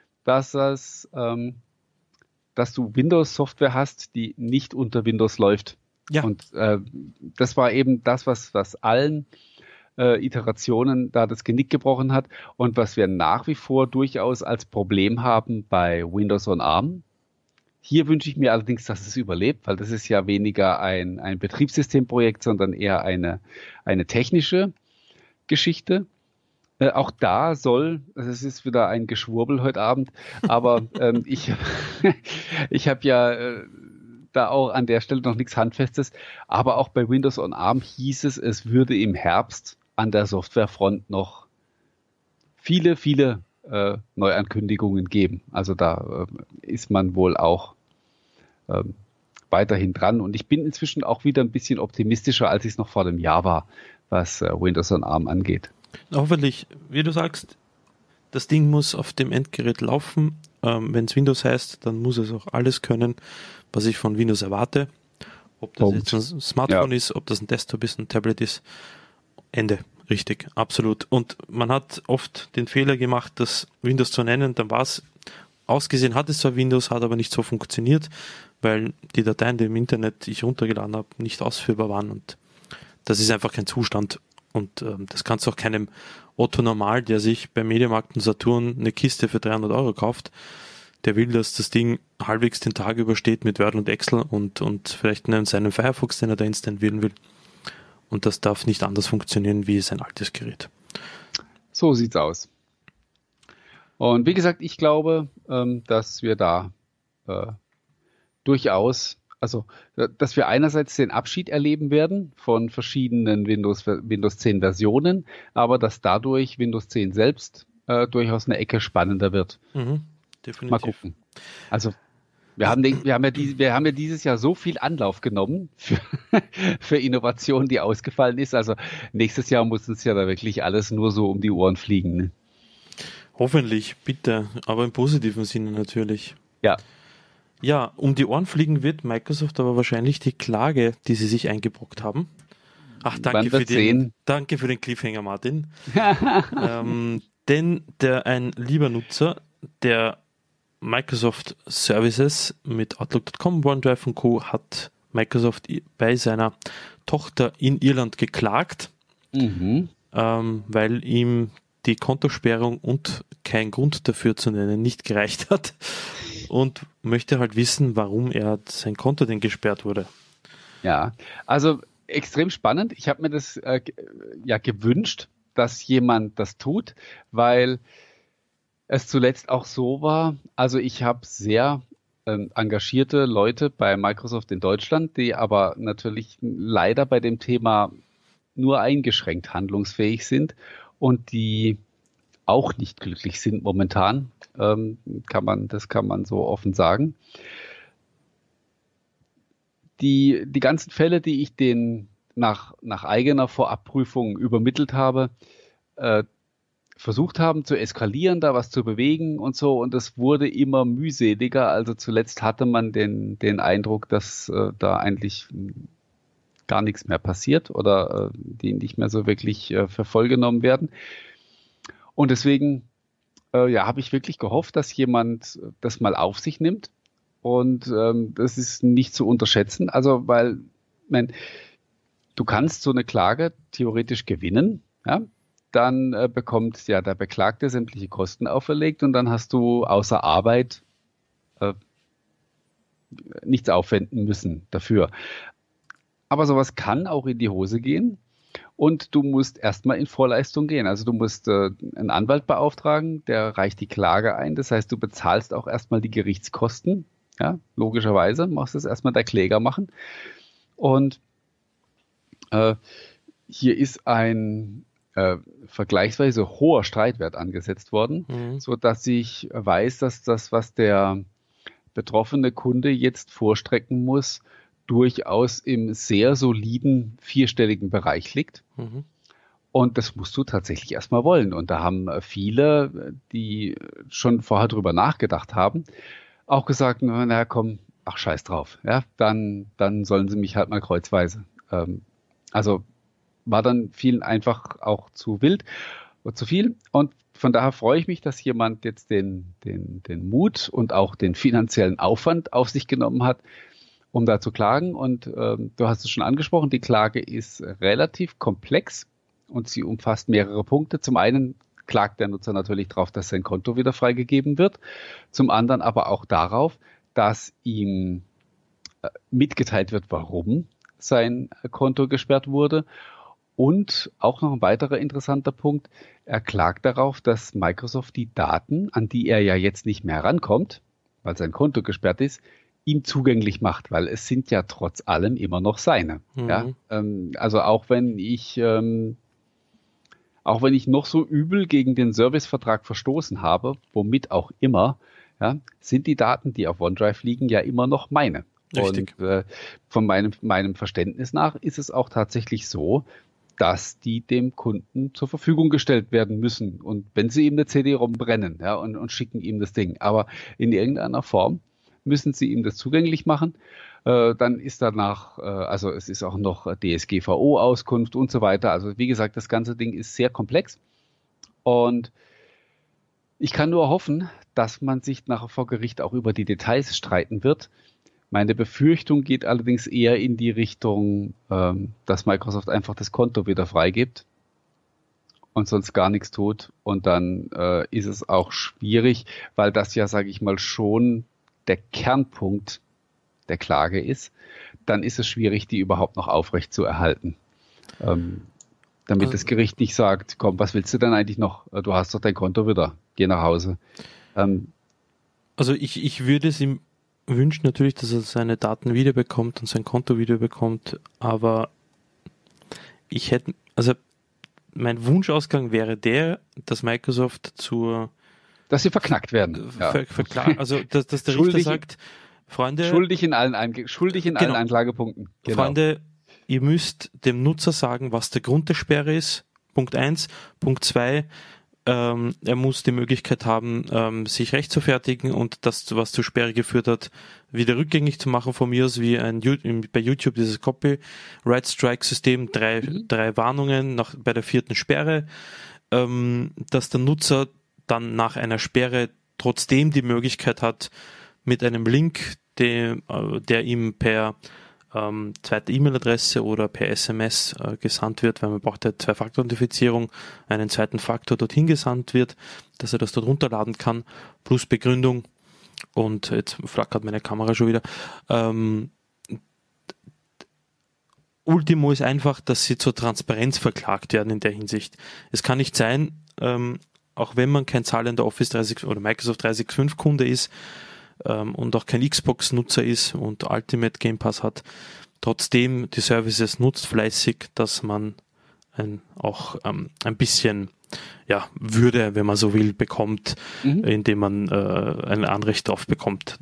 dass du Windows-Software hast, die nicht unter Windows läuft. Ja. Und das war eben das, was allen Iterationen da das Genick gebrochen hat und was wir nach wie vor durchaus als Problem haben bei Windows on ARM. Hier wünsche ich mir allerdings, dass es überlebt, weil das ist ja weniger ein Betriebssystemprojekt, sondern eher eine technische Geschichte. Auch da also es ist wieder ein Geschwurbel heute Abend, aber ich habe ja da auch an der Stelle noch nichts Handfestes, aber auch bei Windows on ARM hieß es würde im Herbst an der Softwarefront noch viele, viele Neuankündigungen geben. Also da ist man wohl auch weiterhin dran und ich bin inzwischen auch wieder ein bisschen optimistischer, als ich es noch vor dem Jahr war, was Windows on ARM angeht. Hoffentlich, wie du sagst, das Ding muss auf dem Endgerät laufen. Wenn es Windows heißt, dann muss es auch alles können, was ich von Windows erwarte. Ob das jetzt ein Smartphone ist, ob das ein Desktop ist, ein Tablet ist. Ende. Richtig, absolut. Und man hat oft den Fehler gemacht, das Windows zu nennen, dann war es, ausgesehen hat es zwar Windows, hat aber nicht so funktioniert, weil die Dateien, die im Internet ich runtergeladen habe, nicht ausführbar waren und das ist einfach kein Zustand. Und das kannst du auch keinem Otto Normal, der sich beim Mediamarkt und Saturn eine Kiste für 300 Euro kauft, der will, dass das Ding halbwegs den Tag übersteht mit Word und Excel und vielleicht seinen Firefox, den er da installieren will. Und das darf nicht anders funktionieren wie sein altes Gerät. So sieht's aus. Und wie gesagt, ich glaube, dass wir da durchaus, also dass wir einerseits den Abschied erleben werden von verschiedenen Windows 10 Versionen, aber dass dadurch Windows 10 selbst durchaus eine Ecke spannender wird. Mhm, definitiv. Mal gucken. Also wir haben ja dieses Jahr so viel Anlauf genommen für Innovation, die ausgefallen ist. Also nächstes Jahr muss uns ja da wirklich alles nur so um die Ohren fliegen. Ne? Hoffentlich, bitte, aber im positiven Sinne natürlich. Ja. Ja, um die Ohren fliegen wird Microsoft aber wahrscheinlich die Klage, die sie sich eingebrockt haben. Ach, danke für den Cliffhanger, Martin. Denn ein lieber Nutzer, der Microsoft Services mit Outlook.com, OneDrive und Co. hat Microsoft bei seiner Tochter in Irland geklagt, weil ihm die Kontosperrung und kein Grund dafür zu nennen nicht gereicht hat und möchte halt wissen, warum sein Konto denn gesperrt wurde. Ja, also extrem spannend. Ich habe mir das gewünscht, dass jemand das tut, weil es zuletzt auch so war, also ich habe sehr engagierte Leute bei Microsoft in Deutschland, die aber natürlich leider bei dem Thema nur eingeschränkt handlungsfähig sind und die auch nicht glücklich sind momentan, das kann man so offen sagen. Die ganzen Fälle, die ich denen nach eigener Vorabprüfung übermittelt habe, versucht haben zu eskalieren, da was zu bewegen und so. Und es wurde immer mühseliger. Also zuletzt hatte man den Eindruck, dass da eigentlich gar nichts mehr passiert oder die nicht mehr so wirklich für voll genommen werden. Und deswegen habe ich wirklich gehofft, dass jemand das mal auf sich nimmt. Und das ist nicht zu unterschätzen. Also, weil du kannst so eine Klage theoretisch gewinnen, ja. Dann bekommt der Beklagte sämtliche Kosten auferlegt und dann hast du außer Arbeit nichts aufwenden müssen dafür. Aber sowas kann auch in die Hose gehen. Und du musst erstmal in Vorleistung gehen. Also du musst einen Anwalt beauftragen, der reicht die Klage ein. Das heißt, du bezahlst auch erstmal die Gerichtskosten. Ja, logischerweise machst das erstmal der Kläger machen. Und hier ist ein vergleichsweise hoher Streitwert angesetzt worden, so dass ich weiß, dass das, was der betroffene Kunde jetzt vorstrecken muss, durchaus im sehr soliden vierstelligen Bereich liegt. Und das musst du tatsächlich erstmal wollen. Und da haben viele, die schon vorher drüber nachgedacht haben, auch gesagt, na komm, ach scheiß drauf. Ja, dann sollen sie mich halt mal kreuzweise. Also war dann vielen einfach auch zu wild und zu viel. Und von daher freue ich mich, dass jemand jetzt den Mut und auch den finanziellen Aufwand auf sich genommen hat, um da zu klagen. Und du hast es schon angesprochen, die Klage ist relativ komplex und sie umfasst mehrere Punkte. Zum einen klagt der Nutzer natürlich darauf, dass sein Konto wieder freigegeben wird. Zum anderen aber auch darauf, dass ihm mitgeteilt wird, warum sein Konto gesperrt wurde. Und auch noch ein weiterer interessanter Punkt, er klagt darauf, dass Microsoft die Daten, an die er ja jetzt nicht mehr rankommt, weil sein Konto gesperrt ist, ihm zugänglich macht, weil es sind ja trotz allem immer noch seine. Ja? Also auch wenn ich noch so übel gegen den Servicevertrag verstoßen habe, womit auch immer, ja, sind die Daten, die auf OneDrive liegen, ja immer noch meine. Richtig. Und von meinem Verständnis nach ist es auch tatsächlich so, dass die dem Kunden zur Verfügung gestellt werden müssen. Und wenn sie ihm eine CD-ROM brennen, ja, und schicken ihm das Ding, aber in irgendeiner Form müssen sie ihm das zugänglich machen. Dann ist danach, also es ist auch noch DSGVO-Auskunft und so weiter. Also wie gesagt, das ganze Ding ist sehr komplex. Und ich kann nur hoffen, dass man sich nachher vor Gericht auch über die Details streiten wird. Meine Befürchtung geht allerdings eher in die Richtung, dass Microsoft einfach das Konto wieder freigibt und sonst gar nichts tut. Und dann ist es auch schwierig, weil das ja, sage ich mal, schon der Kernpunkt der Klage ist. Dann ist es schwierig, die überhaupt noch aufrecht zu erhalten. Damit das Gericht nicht sagt, komm, was willst du denn eigentlich noch? Du hast doch dein Konto wieder, geh nach Hause. Also ich würde es ihm wünschen natürlich, dass er seine Daten wiederbekommt und sein Konto wiederbekommt, aber mein Wunschausgang wäre der, dass Microsoft dass sie verknackt werden. Also dass der Richter sagt, Freunde, schuldig in allen Anklagepunkten. Genau. Freunde, ihr müsst dem Nutzer sagen, was der Grund der Sperre ist. Punkt 1. Punkt 2, er muss die Möglichkeit haben, sich rechtfertigen und das, was zur Sperre geführt hat, wieder rückgängig zu machen, von mir aus wie bei YouTube dieses Copyright-Strike-System, drei Warnungen bei der 4. Sperre, dass der Nutzer dann nach einer Sperre trotzdem die Möglichkeit hat, mit einem Link, der ihm per zweite E-Mail-Adresse oder per SMS gesandt wird, weil man braucht ja Zwei-Faktor-Authentifizierung, einen zweiten Faktor dorthin gesandt wird, dass er das dort runterladen kann, plus Begründung. Und jetzt flackert meine Kamera schon wieder. Ultimo ist einfach, dass sie zur Transparenz verklagt werden in der Hinsicht. Es kann nicht sein, auch wenn man kein zahlender Office 365 oder Microsoft 365 Kunde ist, und auch kein Xbox-Nutzer ist und Ultimate Game Pass hat, trotzdem die Services nutzt fleißig, dass man auch ein bisschen Würde, wenn man so will, bekommt, indem man ein Anrecht darauf bekommt,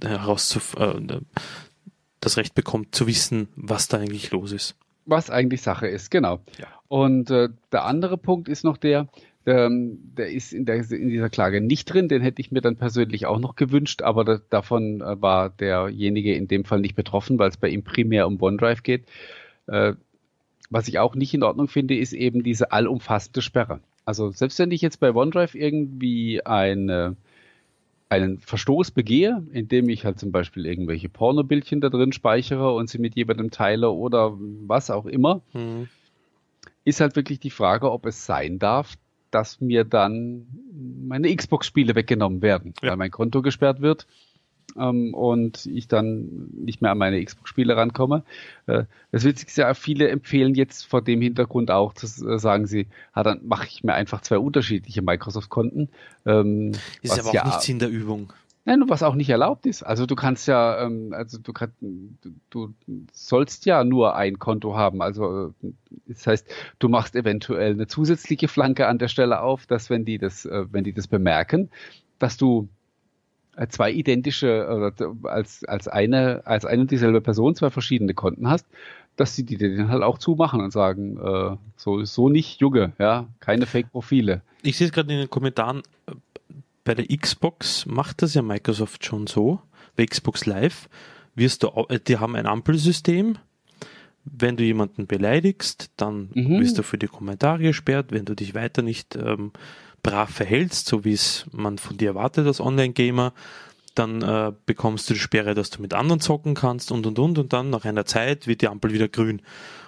das Recht bekommt zu wissen, was da eigentlich los ist. Was eigentlich Sache ist, genau. Ja. Und der andere Punkt ist noch der ist in dieser Klage nicht drin, den hätte ich mir dann persönlich auch noch gewünscht, aber davon war derjenige in dem Fall nicht betroffen, weil es bei ihm primär um OneDrive geht. Was ich auch nicht in Ordnung finde, ist eben diese allumfassende Sperre. Also selbst wenn ich jetzt bei OneDrive irgendwie einen Verstoß begehe, indem ich halt zum Beispiel irgendwelche Pornobildchen da drin speichere und sie mit jemandem teile oder was auch immer, ist halt wirklich die Frage, ob es sein darf, dass mir dann meine Xbox-Spiele weggenommen werden, weil mein Konto gesperrt wird und ich dann nicht mehr an meine Xbox-Spiele rankomme. Das Witzige ist ja, viele empfehlen jetzt vor dem Hintergrund auch, sagen sie, dann mache ich mir einfach 2 unterschiedliche Microsoft-Konten. Ist aber auch nicht Sinn der Übung. Nein, was auch nicht erlaubt ist. Also du kannst ja, du sollst ja nur ein Konto haben. Also das heißt, du machst eventuell eine zusätzliche Flanke an der Stelle auf, dass wenn die das bemerken, dass du 2 identische oder als eine und dieselbe Person 2 verschiedene Konten hast, dass sie die dann halt auch zumachen und sagen, so nicht, Junge, ja, keine Fake-Profile. Ich sehe es gerade in den Kommentaren, bei der Xbox macht das ja Microsoft schon so, bei Xbox Live die haben ein Ampelsystem. Wenn du jemanden beleidigst, dann wirst du für die Kommentare gesperrt. Wenn du dich weiter nicht brav verhältst, so wie es man von dir erwartet als Online-Gamer, dann bekommst du die Sperre, dass du mit anderen zocken kannst und dann nach einer Zeit wird die Ampel wieder grün.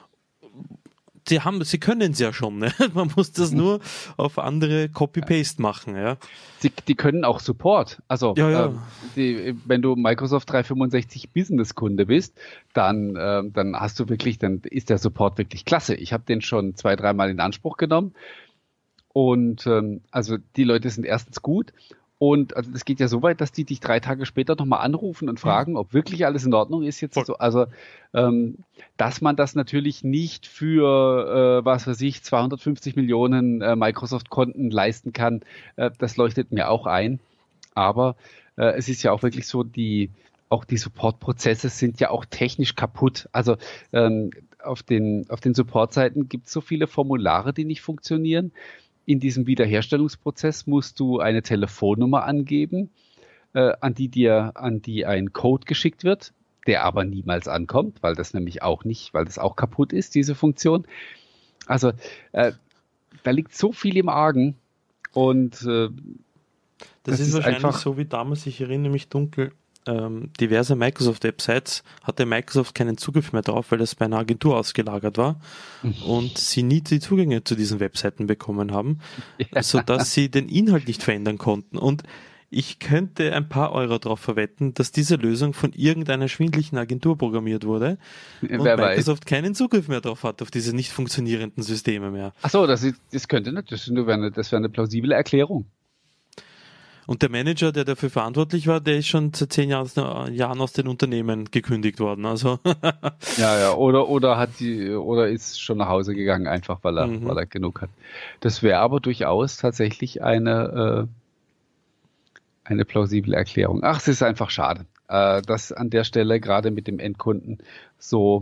Sie können es ja schon, ne? Man muss das nur auf andere Copy-Paste machen, ja. Die können auch Support. Also ja. Wenn du Microsoft 365 Business-Kunde bist, dann hast du wirklich, dann ist der Support wirklich klasse. Ich habe den schon 2-3 Mal in Anspruch genommen und also die Leute sind erstens gut. Und also das geht ja so weit, dass die dich 3 Tage später nochmal anrufen und fragen, ob wirklich alles in Ordnung ist jetzt. So. Also, dass man das natürlich nicht für, 250 Millionen Microsoft-Konten leisten kann, das leuchtet mir auch ein. Aber es ist ja auch wirklich so, auch die Support-Prozesse sind ja auch technisch kaputt. Also auf den Support-Seiten gibt es so viele Formulare, die nicht funktionieren. In diesem Wiederherstellungsprozess musst du eine Telefonnummer angeben, an die ein Code geschickt wird, der aber niemals ankommt, weil das nämlich auch nicht, weil das auch kaputt ist, diese Funktion. Also da liegt so viel im Argen und das ist wahrscheinlich einfach so wie damals, ich erinnere mich dunkel, diverse Microsoft-Websites hatte Microsoft keinen Zugriff mehr drauf, weil das bei einer Agentur ausgelagert war und sie nie die Zugänge zu diesen Webseiten bekommen haben, sodass sie den Inhalt nicht verändern konnten. Und ich könnte ein paar Euro darauf verwetten, dass diese Lösung von irgendeiner schwindlichen Agentur programmiert wurde und Microsoft keinen Zugriff mehr drauf hat, auf diese nicht funktionierenden Systeme mehr. Ach so, das könnte nicht, das wäre eine plausible Erklärung. Und der Manager, der dafür verantwortlich war, der ist schon seit 10 Jahren aus den Unternehmen gekündigt worden. Also ja, oder ist schon nach Hause gegangen, einfach weil er genug hat. Das wäre aber durchaus tatsächlich eine plausible Erklärung. Ach, es ist einfach schade, dass an der Stelle gerade mit dem Endkunden so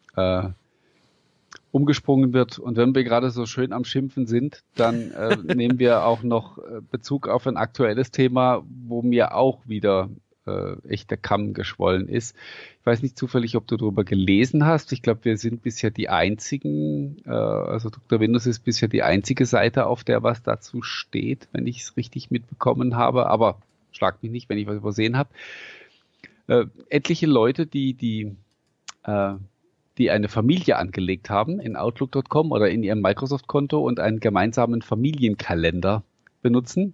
umgesprungen wird. Und wenn wir gerade so schön am Schimpfen sind, dann nehmen wir auch noch Bezug auf ein aktuelles Thema, wo mir auch wieder echt der Kamm geschwollen ist. Ich weiß nicht zufällig, ob du darüber gelesen hast. Ich glaube, wir sind bisher die einzigen, also Dr. Windows ist bisher die einzige Seite, auf der was dazu steht, wenn ich es richtig mitbekommen habe. Aber schlag mich nicht, wenn ich was übersehen habe. Etliche Leute, die eine Familie angelegt haben in Outlook.com oder in ihrem Microsoft-Konto und einen gemeinsamen Familienkalender benutzen,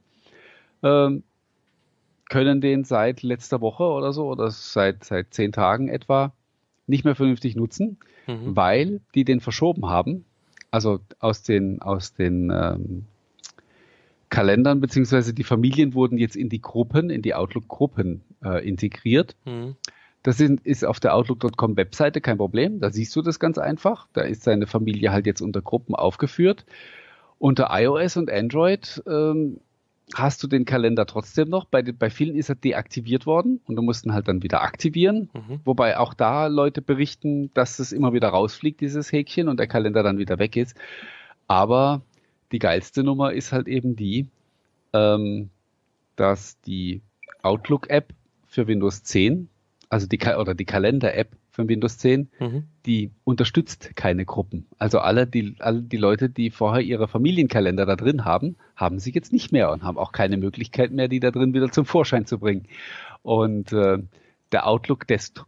können den seit letzter Woche oder so oder seit 10 Tagen etwa nicht mehr vernünftig nutzen, weil die den verschoben haben. Also aus den Kalendern beziehungsweise die Familien wurden jetzt in die Outlook-Gruppen integriert. Das ist auf der Outlook.com Webseite kein Problem. Da siehst du das ganz einfach. Da ist seine Familie halt jetzt unter Gruppen aufgeführt. Unter iOS und Android hast du den Kalender trotzdem noch. Bei vielen ist er deaktiviert worden und du musst ihn halt dann wieder aktivieren. Wobei auch da Leute berichten, dass es immer wieder rausfliegt, dieses Häkchen, und der Kalender dann wieder weg ist. Aber die geilste Nummer ist halt eben die, dass die Outlook-App für Windows 10, also die Kalender-App für Windows 10, die unterstützt keine Gruppen. Also alle die Leute, die vorher ihre Familienkalender da drin haben, haben sie jetzt nicht mehr und haben auch keine Möglichkeit mehr, die da drin wieder zum Vorschein zu bringen. Und der Outlook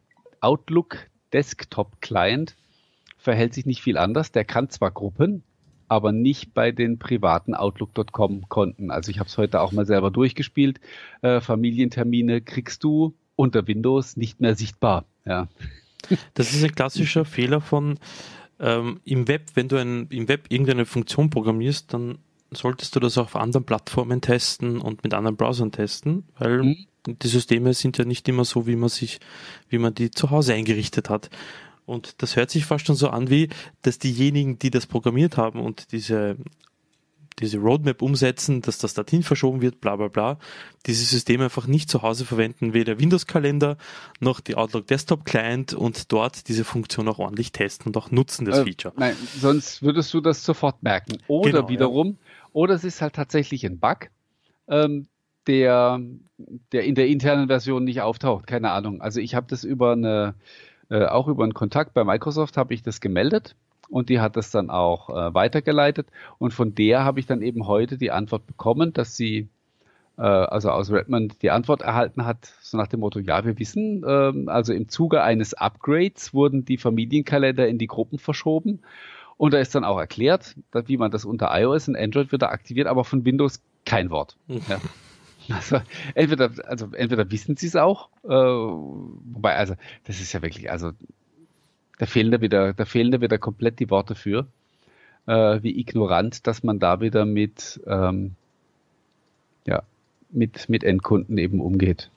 Desktop Client verhält sich nicht viel anders. Der kann zwar Gruppen, aber nicht bei den privaten Outlook.com Konten. Also ich habe es heute auch mal selber durchgespielt. Familientermine kriegst du unter Windows nicht mehr sichtbar. Ja. Das ist ein klassischer Fehler von im Web. Wenn du im Web irgendeine Funktion programmierst, dann solltest du das auf anderen Plattformen testen und mit anderen Browsern testen, weil die Systeme sind ja nicht immer so, wie man die zu Hause eingerichtet hat. Und das hört sich fast schon so an, wie, dass diejenigen, die das programmiert haben und diese Roadmap umsetzen, dass das dorthin verschoben wird, bla bla bla, diese Systeme einfach nicht zu Hause verwenden, weder Windows-Kalender noch die Outlook Desktop-Client und dort diese Funktion auch ordentlich testen und auch nutzen, das Feature. Nein, sonst würdest du das sofort merken. Oder Genau, wiederum, oder es ist halt tatsächlich ein Bug, der in der internen Version nicht auftaucht. Keine Ahnung. Also ich habe das auch über einen Kontakt bei Microsoft habe ich das gemeldet. Und die hat das dann auch weitergeleitet. Und von der habe ich dann eben heute die Antwort bekommen, dass sie also aus Redmond die Antwort erhalten hat, so nach dem Motto, ja, wir wissen, also im Zuge eines Upgrades wurden die Familienkalender in die Gruppen verschoben. Und da ist dann auch erklärt, wie man das unter iOS und Android wieder aktiviert, aber von Windows kein Wort. Ja. Also entweder wissen sie es auch, wobei, also das ist ja wirklich, also da fehlen da wieder komplett die Worte für, wie ignorant, dass man da wieder mit Endkunden eben umgeht.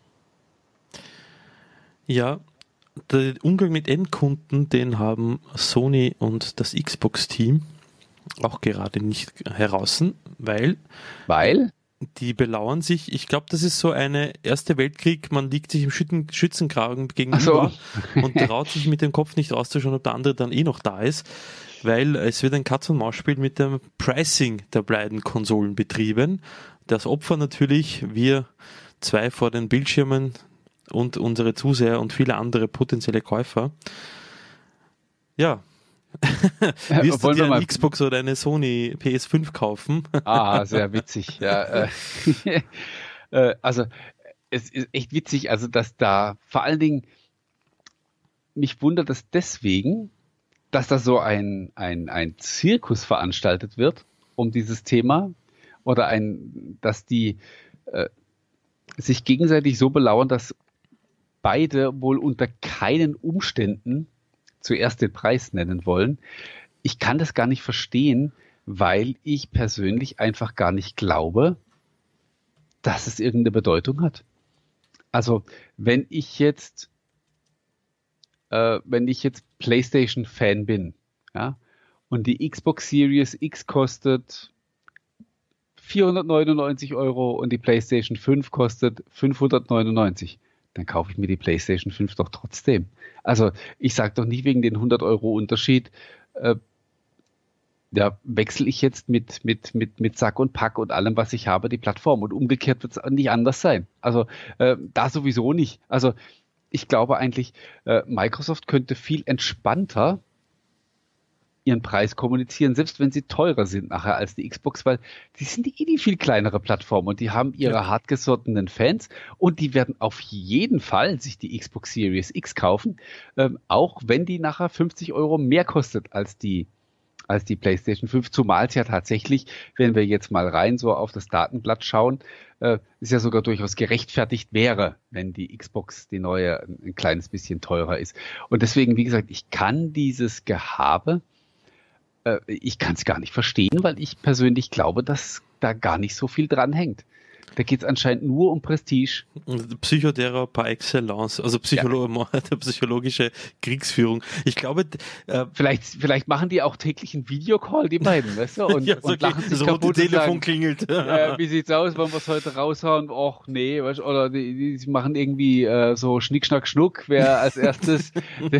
Ja, der Umgang mit Endkunden, den haben Sony und das Xbox-Team auch gerade nicht heraus, weil die belauern sich. Ich glaube, das ist so eine Erste Weltkrieg, man liegt sich im Schützengraben gegenüber und traut sich mit dem Kopf nicht rauszuschauen, ob der andere dann noch da ist, weil es wird ein Katz-und-Maus-Spiel mit dem Pricing der beiden Konsolen betrieben. Das Opfer natürlich wir zwei vor den Bildschirmen und unsere Zuseher und viele andere potenzielle Käufer. Ja. Wirst du dir eine Xbox oder eine Sony PS5 kaufen? Sehr witzig. Ja, also es ist echt witzig, also dass da vor allen Dingen mich wundert es deswegen, dass da so ein Zirkus veranstaltet wird um dieses Thema oder dass die sich gegenseitig so belauern, dass beide wohl unter keinen Umständen zuerst den Preis nennen wollen. Ich kann das gar nicht verstehen, weil ich persönlich einfach gar nicht glaube, dass es irgendeine Bedeutung hat. Also wenn ich jetzt PlayStation-Fan bin, ja, und die Xbox Series X kostet 499 € und die PlayStation 5 kostet 599, dann kaufe ich mir die PlayStation 5 doch trotzdem. Also ich sage doch nicht wegen den 100 € Unterschied, wechsle ich jetzt mit Sack und Pack und allem, was ich habe, die Plattform. Und umgekehrt wird es nicht anders sein. Also da sowieso nicht. Also ich glaube eigentlich, Microsoft könnte viel entspannter ihren Preis kommunizieren, selbst wenn sie teurer sind nachher als die Xbox, weil die sind die viel kleinere Plattform und die haben ihre hartgesottenen Fans und die werden auf jeden Fall sich die Xbox Series X kaufen, auch wenn die nachher 50 € mehr kostet als die PlayStation 5, zumal es ja tatsächlich, wenn wir jetzt mal rein so auf das Datenblatt schauen, ist ja sogar durchaus gerechtfertigt wäre, wenn die Xbox, die neue, ein kleines bisschen teurer ist. Und deswegen, wie gesagt, ich kann dieses Gehabe, ich kann es gar nicht verstehen, weil ich persönlich glaube, dass da gar nicht so viel dran hängt. Da geht es anscheinend nur um Prestige. Psychoterror par excellence, also psychologische Kriegsführung. Ich glaube, vielleicht machen die auch täglich einen Videocall, die beiden, weißt du? Und lachen sich das rote Telefon klingelt. Wie sieht's aus, wollen wir es heute raushauen? Och, nee, weißt du? Oder die machen irgendwie so Schnick, Schnack, Schnuck, wer als erstes...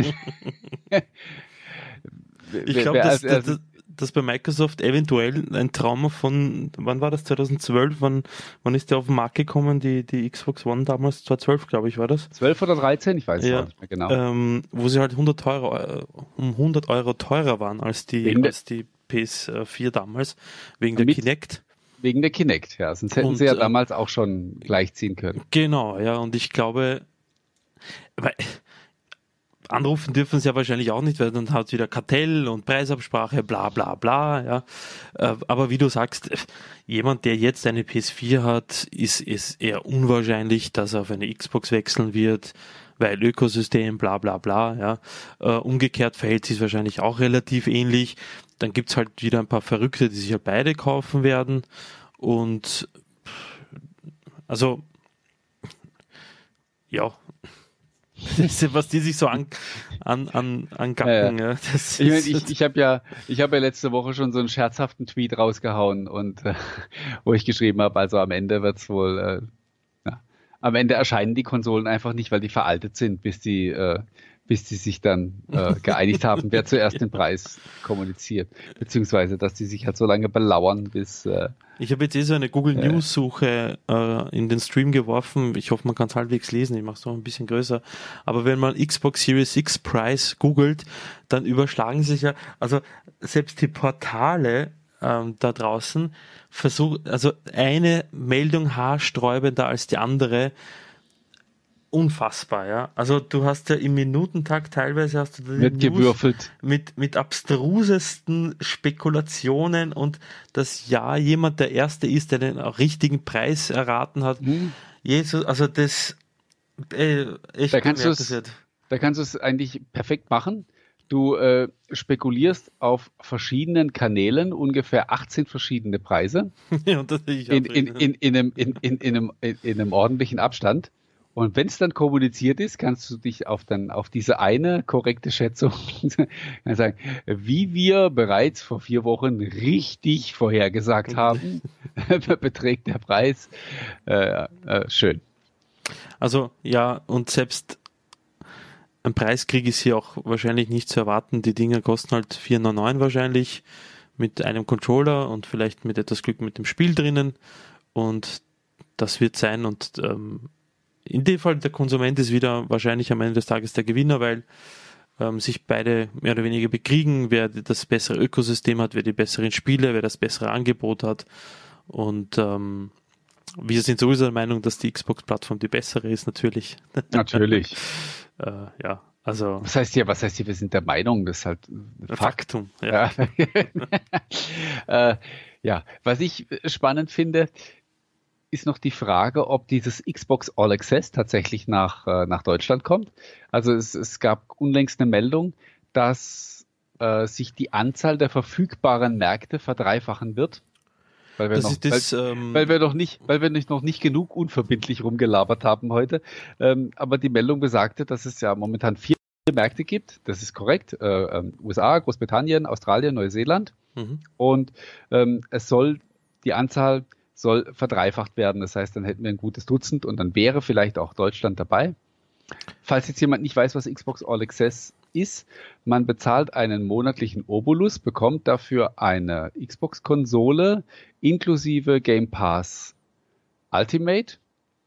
Ich glaube, dass bei Microsoft eventuell ein Trauma von, wann war das, 2012, wann ist der auf den Markt gekommen, die Xbox One damals, 2012 glaube ich war das. 12 oder 13, ich weiß es nicht mehr genau. Wo sie halt 100 € teurer waren als die PS4 damals, wegen der Kinect. Wegen der Kinect, ja, sonst hätten sie ja damals auch schon gleichziehen können. Genau, ja, und ich glaube, anrufen dürfen sie ja wahrscheinlich auch nicht, weil dann hat es wieder Kartell und Preisabsprache, bla bla bla. Ja. Aber wie du sagst, jemand, der jetzt eine PS4 hat, ist eher unwahrscheinlich, dass er auf eine Xbox wechseln wird, weil Ökosystem, bla bla bla. Ja. Umgekehrt verhält sich es wahrscheinlich auch relativ ähnlich. Dann gibt es halt wieder ein paar Verrückte, die sich halt beide kaufen werden. Und also ja, was die sich so angacken. Ja. Ich habe ja letzte Woche schon so einen scherzhaften Tweet rausgehauen und wo ich geschrieben habe, also am Ende wird's wohl, am Ende erscheinen die Konsolen einfach nicht, weil die veraltet sind, bis die sich dann geeinigt haben, wer zuerst den Preis kommuniziert, beziehungsweise dass die sich halt so lange belauern, bis ich habe jetzt so eine Google News Suche in den Stream geworfen. Ich hoffe, man kann es halbwegs lesen. Ich mache es noch ein bisschen größer. Aber wenn man Xbox Series X Price googelt, dann überschlagen sich ja, also selbst die Portale da draußen also eine Meldung haarsträubender als die andere. Unfassbar, ja. Also du hast ja im Minutentag teilweise hast du wird gewürfelt mit abstrusesten Spekulationen und dass ja jemand der Erste ist, der den auch richtigen Preis erraten hat. Jesus, also das echt da kannst du es eigentlich perfekt machen. Du spekulierst auf verschiedenen Kanälen ungefähr 18 verschiedene Preise ja, und das in einem ordentlichen Abstand. Und wenn es dann kommuniziert ist, kannst du dich auf diese eine korrekte Schätzung sagen, wie wir bereits vor 4 Wochen richtig vorhergesagt haben, beträgt der Preis. Schön. Also ja, und selbst ein Preiskrieg ist hier auch wahrscheinlich nicht zu erwarten. Die Dinger kosten halt 4,99 wahrscheinlich mit einem Controller und vielleicht mit etwas Glück mit dem Spiel drinnen. Und das wird sein und in dem Fall der Konsument ist wieder wahrscheinlich am Ende des Tages der Gewinner, weil sich beide mehr oder weniger bekriegen, wer das bessere Ökosystem hat, wer die besseren Spiele, wer das bessere Angebot hat. Und wir sind sowieso der Meinung, dass die Xbox-Plattform die bessere ist, natürlich. Natürlich. Ja, also. Was heißt hier, wir sind der Meinung, das ist halt Faktum. Ja. Ja, was ich spannend finde, ist noch die Frage, ob dieses Xbox All Access tatsächlich nach Deutschland kommt. Also es gab unlängst eine Meldung, dass sich die Anzahl der verfügbaren Märkte verdreifachen wird. Weil wir noch nicht genug unverbindlich rumgelabert haben heute. Aber die Meldung besagte, dass es ja momentan 4 Märkte gibt. Das ist korrekt. USA, Großbritannien, Australien, Neuseeland. Und die Anzahl soll verdreifacht werden. Das heißt, dann hätten wir ein gutes Dutzend und dann wäre vielleicht auch Deutschland dabei. Falls jetzt jemand nicht weiß, was Xbox All Access ist, man bezahlt einen monatlichen Obolus, bekommt dafür eine Xbox-Konsole inklusive Game Pass Ultimate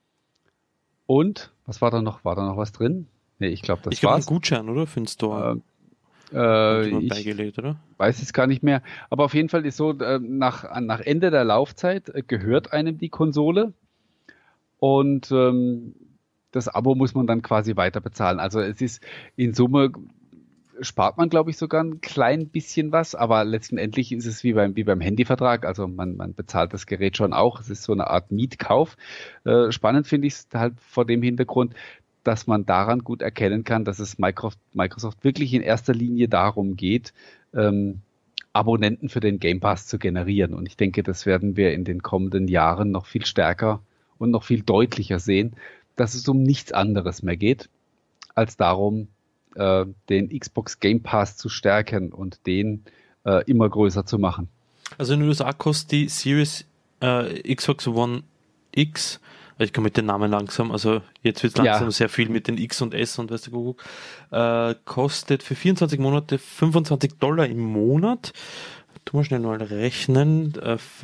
und, was war da noch? War da noch was drin? Nee, ich glaube, das war's. Ein Gutschein, oder? Für den Store. Beigelegt, oder? Weiß es gar nicht mehr. Aber auf jeden Fall ist so, nach Ende der Laufzeit gehört einem die Konsole und das Abo muss man dann quasi weiter bezahlen. Also es ist in Summe spart man, glaube ich, sogar ein klein bisschen was, aber letztendlich ist es wie beim Handyvertrag. Also man bezahlt das Gerät schon auch. Es ist so eine Art Mietkauf. Spannend finde ich es halt vor dem Hintergrund, dass man daran gut erkennen kann, dass es Microsoft wirklich in erster Linie darum geht, Abonnenten für den Game Pass zu generieren. Und ich denke, das werden wir in den kommenden Jahren noch viel stärker und noch viel deutlicher sehen, dass es um nichts anderes mehr geht, als darum, den Xbox Game Pass zu stärken und den immer größer zu machen. Also in den USA kostet die Series Xbox One X, ich komme mit den Namen langsam, also jetzt wird es langsam sehr viel mit den X und S und weißt du, Google, kostet für 24 Monate $25 im Monat. Tu mal schnell mal rechnen.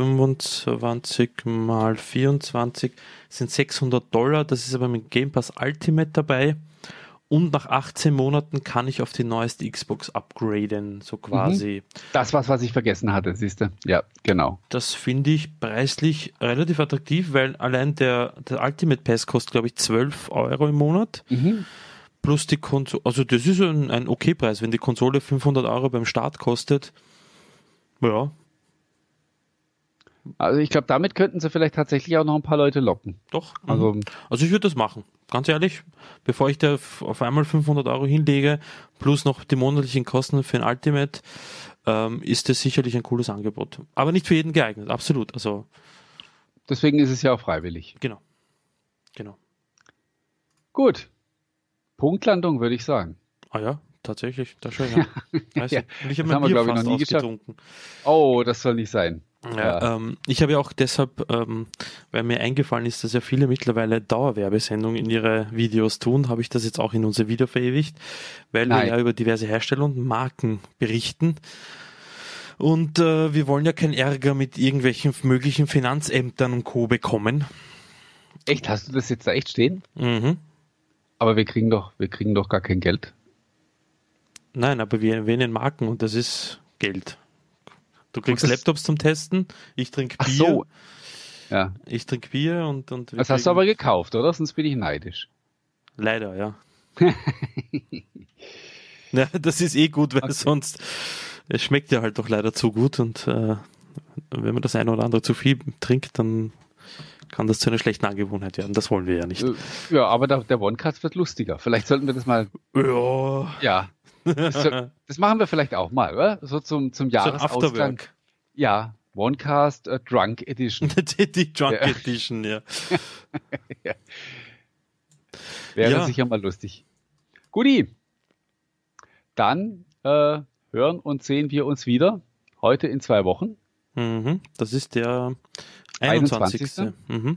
25 mal 24 sind $600. Das ist aber mit Game Pass Ultimate dabei. Und nach 18 Monaten kann ich auf die neueste Xbox upgraden, so quasi. Das was ich vergessen hatte, siehst du? Ja, genau. Das finde ich preislich relativ attraktiv, weil allein der Ultimate Pass kostet, glaube ich, €12 im Monat. plus die Konsole, also das ist ein Okay-Preis, wenn die Konsole 500 Euro beim Start kostet. Ja. Also ich glaube, damit könnten sie vielleicht tatsächlich auch noch ein paar Leute locken. Doch. Also ich würde das machen. Ganz ehrlich, bevor ich da auf einmal 500 Euro hinlege, plus noch die monatlichen Kosten für ein Ultimate, ist das sicherlich ein cooles Angebot. Aber nicht für jeden geeignet, absolut. Also deswegen ist es ja auch freiwillig. Genau. Gut. Punktlandung, würde ich sagen. Ah ja, tatsächlich, das schon, ja. Weiß Ja, ich. Und ich habe das haben mein wir, Bier glaube ich, fast noch nie geschafft. ausgetrunken. Oh, das soll nicht sein. Ja, ich habe ja auch deshalb, weil mir eingefallen ist, dass ja viele mittlerweile Dauerwerbesendungen in ihre Videos tun, habe ich das jetzt auch in unser Video verewigt, weil wir ja über diverse Hersteller und Marken berichten. Und wir wollen ja keinen Ärger mit irgendwelchen möglichen Finanzämtern und Co. bekommen. Echt? Hast du das jetzt da echt stehen? Mhm. Aber wir kriegen doch gar kein Geld. Nein, aber wir erwähnen Marken und das ist Geld. Du kriegst Laptops zum Testen, ich trinke Bier. Ach so. Ja. Ich trinke Bier und Das hast du aber gekauft, oder? Sonst bin ich neidisch. Leider, ja. Ja, das ist gut, weil sonst es schmeckt ja halt doch leider zu gut und wenn man das eine oder andere zu viel trinkt, dann kann das zu einer schlechten Angewohnheit werden. Das wollen wir ja nicht. Ja, aber der OneCast wird lustiger. Vielleicht sollten wir das mal. Ja. Das machen wir vielleicht auch mal, oder? So zum Jahresausklang. Ja, OneCast Drunk Edition. Die Drunk Edition, ja. Ja. Wäre sicher mal lustig. Guti. Dann hören und sehen wir uns wieder heute in 2 Wochen. Das ist der 21.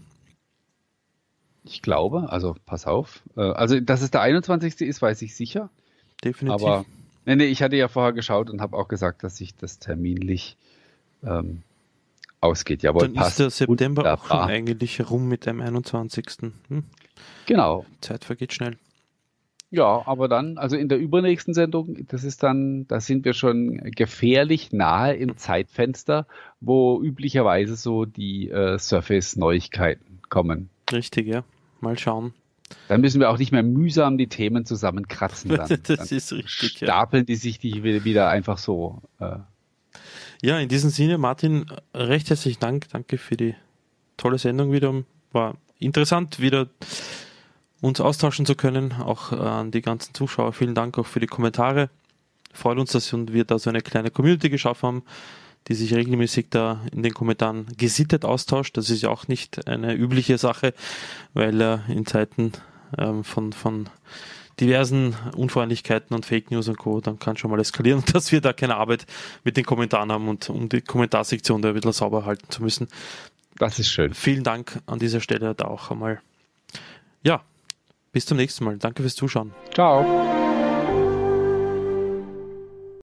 Ich glaube, also pass auf. Also, dass es der 21. ist, weiß ich sicher. Definitiv. Aber nee, ich hatte ja vorher geschaut und habe auch gesagt, dass sich das terminlich ausgeht. Jawohl, dann passt. Ist der September wunderbar. Auch schon eigentlich rum mit dem 21. Genau. Zeit vergeht schnell. Ja, aber dann, also in der übernächsten Sendung, da sind wir schon gefährlich nahe im Zeitfenster, wo üblicherweise so die Surface-Neuigkeiten kommen. Richtig, ja. Mal schauen. Dann müssen wir auch nicht mehr mühsam die Themen zusammenkratzen. Das ist richtig, stapeln die sich die wieder einfach so. Ja, in diesem Sinne, Martin, recht herzlichen Dank. Danke für die tolle Sendung wieder. War interessant, wieder uns austauschen zu können, auch an die ganzen Zuschauer. Vielen Dank auch für die Kommentare. Freut uns, dass wir da so eine kleine Community geschaffen haben, die sich regelmäßig da in den Kommentaren gesittet austauscht. Das ist ja auch nicht eine übliche Sache, weil in Zeiten von diversen Unfreundlichkeiten und Fake News und Co., dann kann schon mal eskalieren, dass wir da keine Arbeit mit den Kommentaren haben und um die Kommentarsektion da ein bisschen sauber halten zu müssen. Das ist schön. Vielen Dank an dieser Stelle da auch einmal. Ja, bis zum nächsten Mal. Danke fürs Zuschauen. Ciao.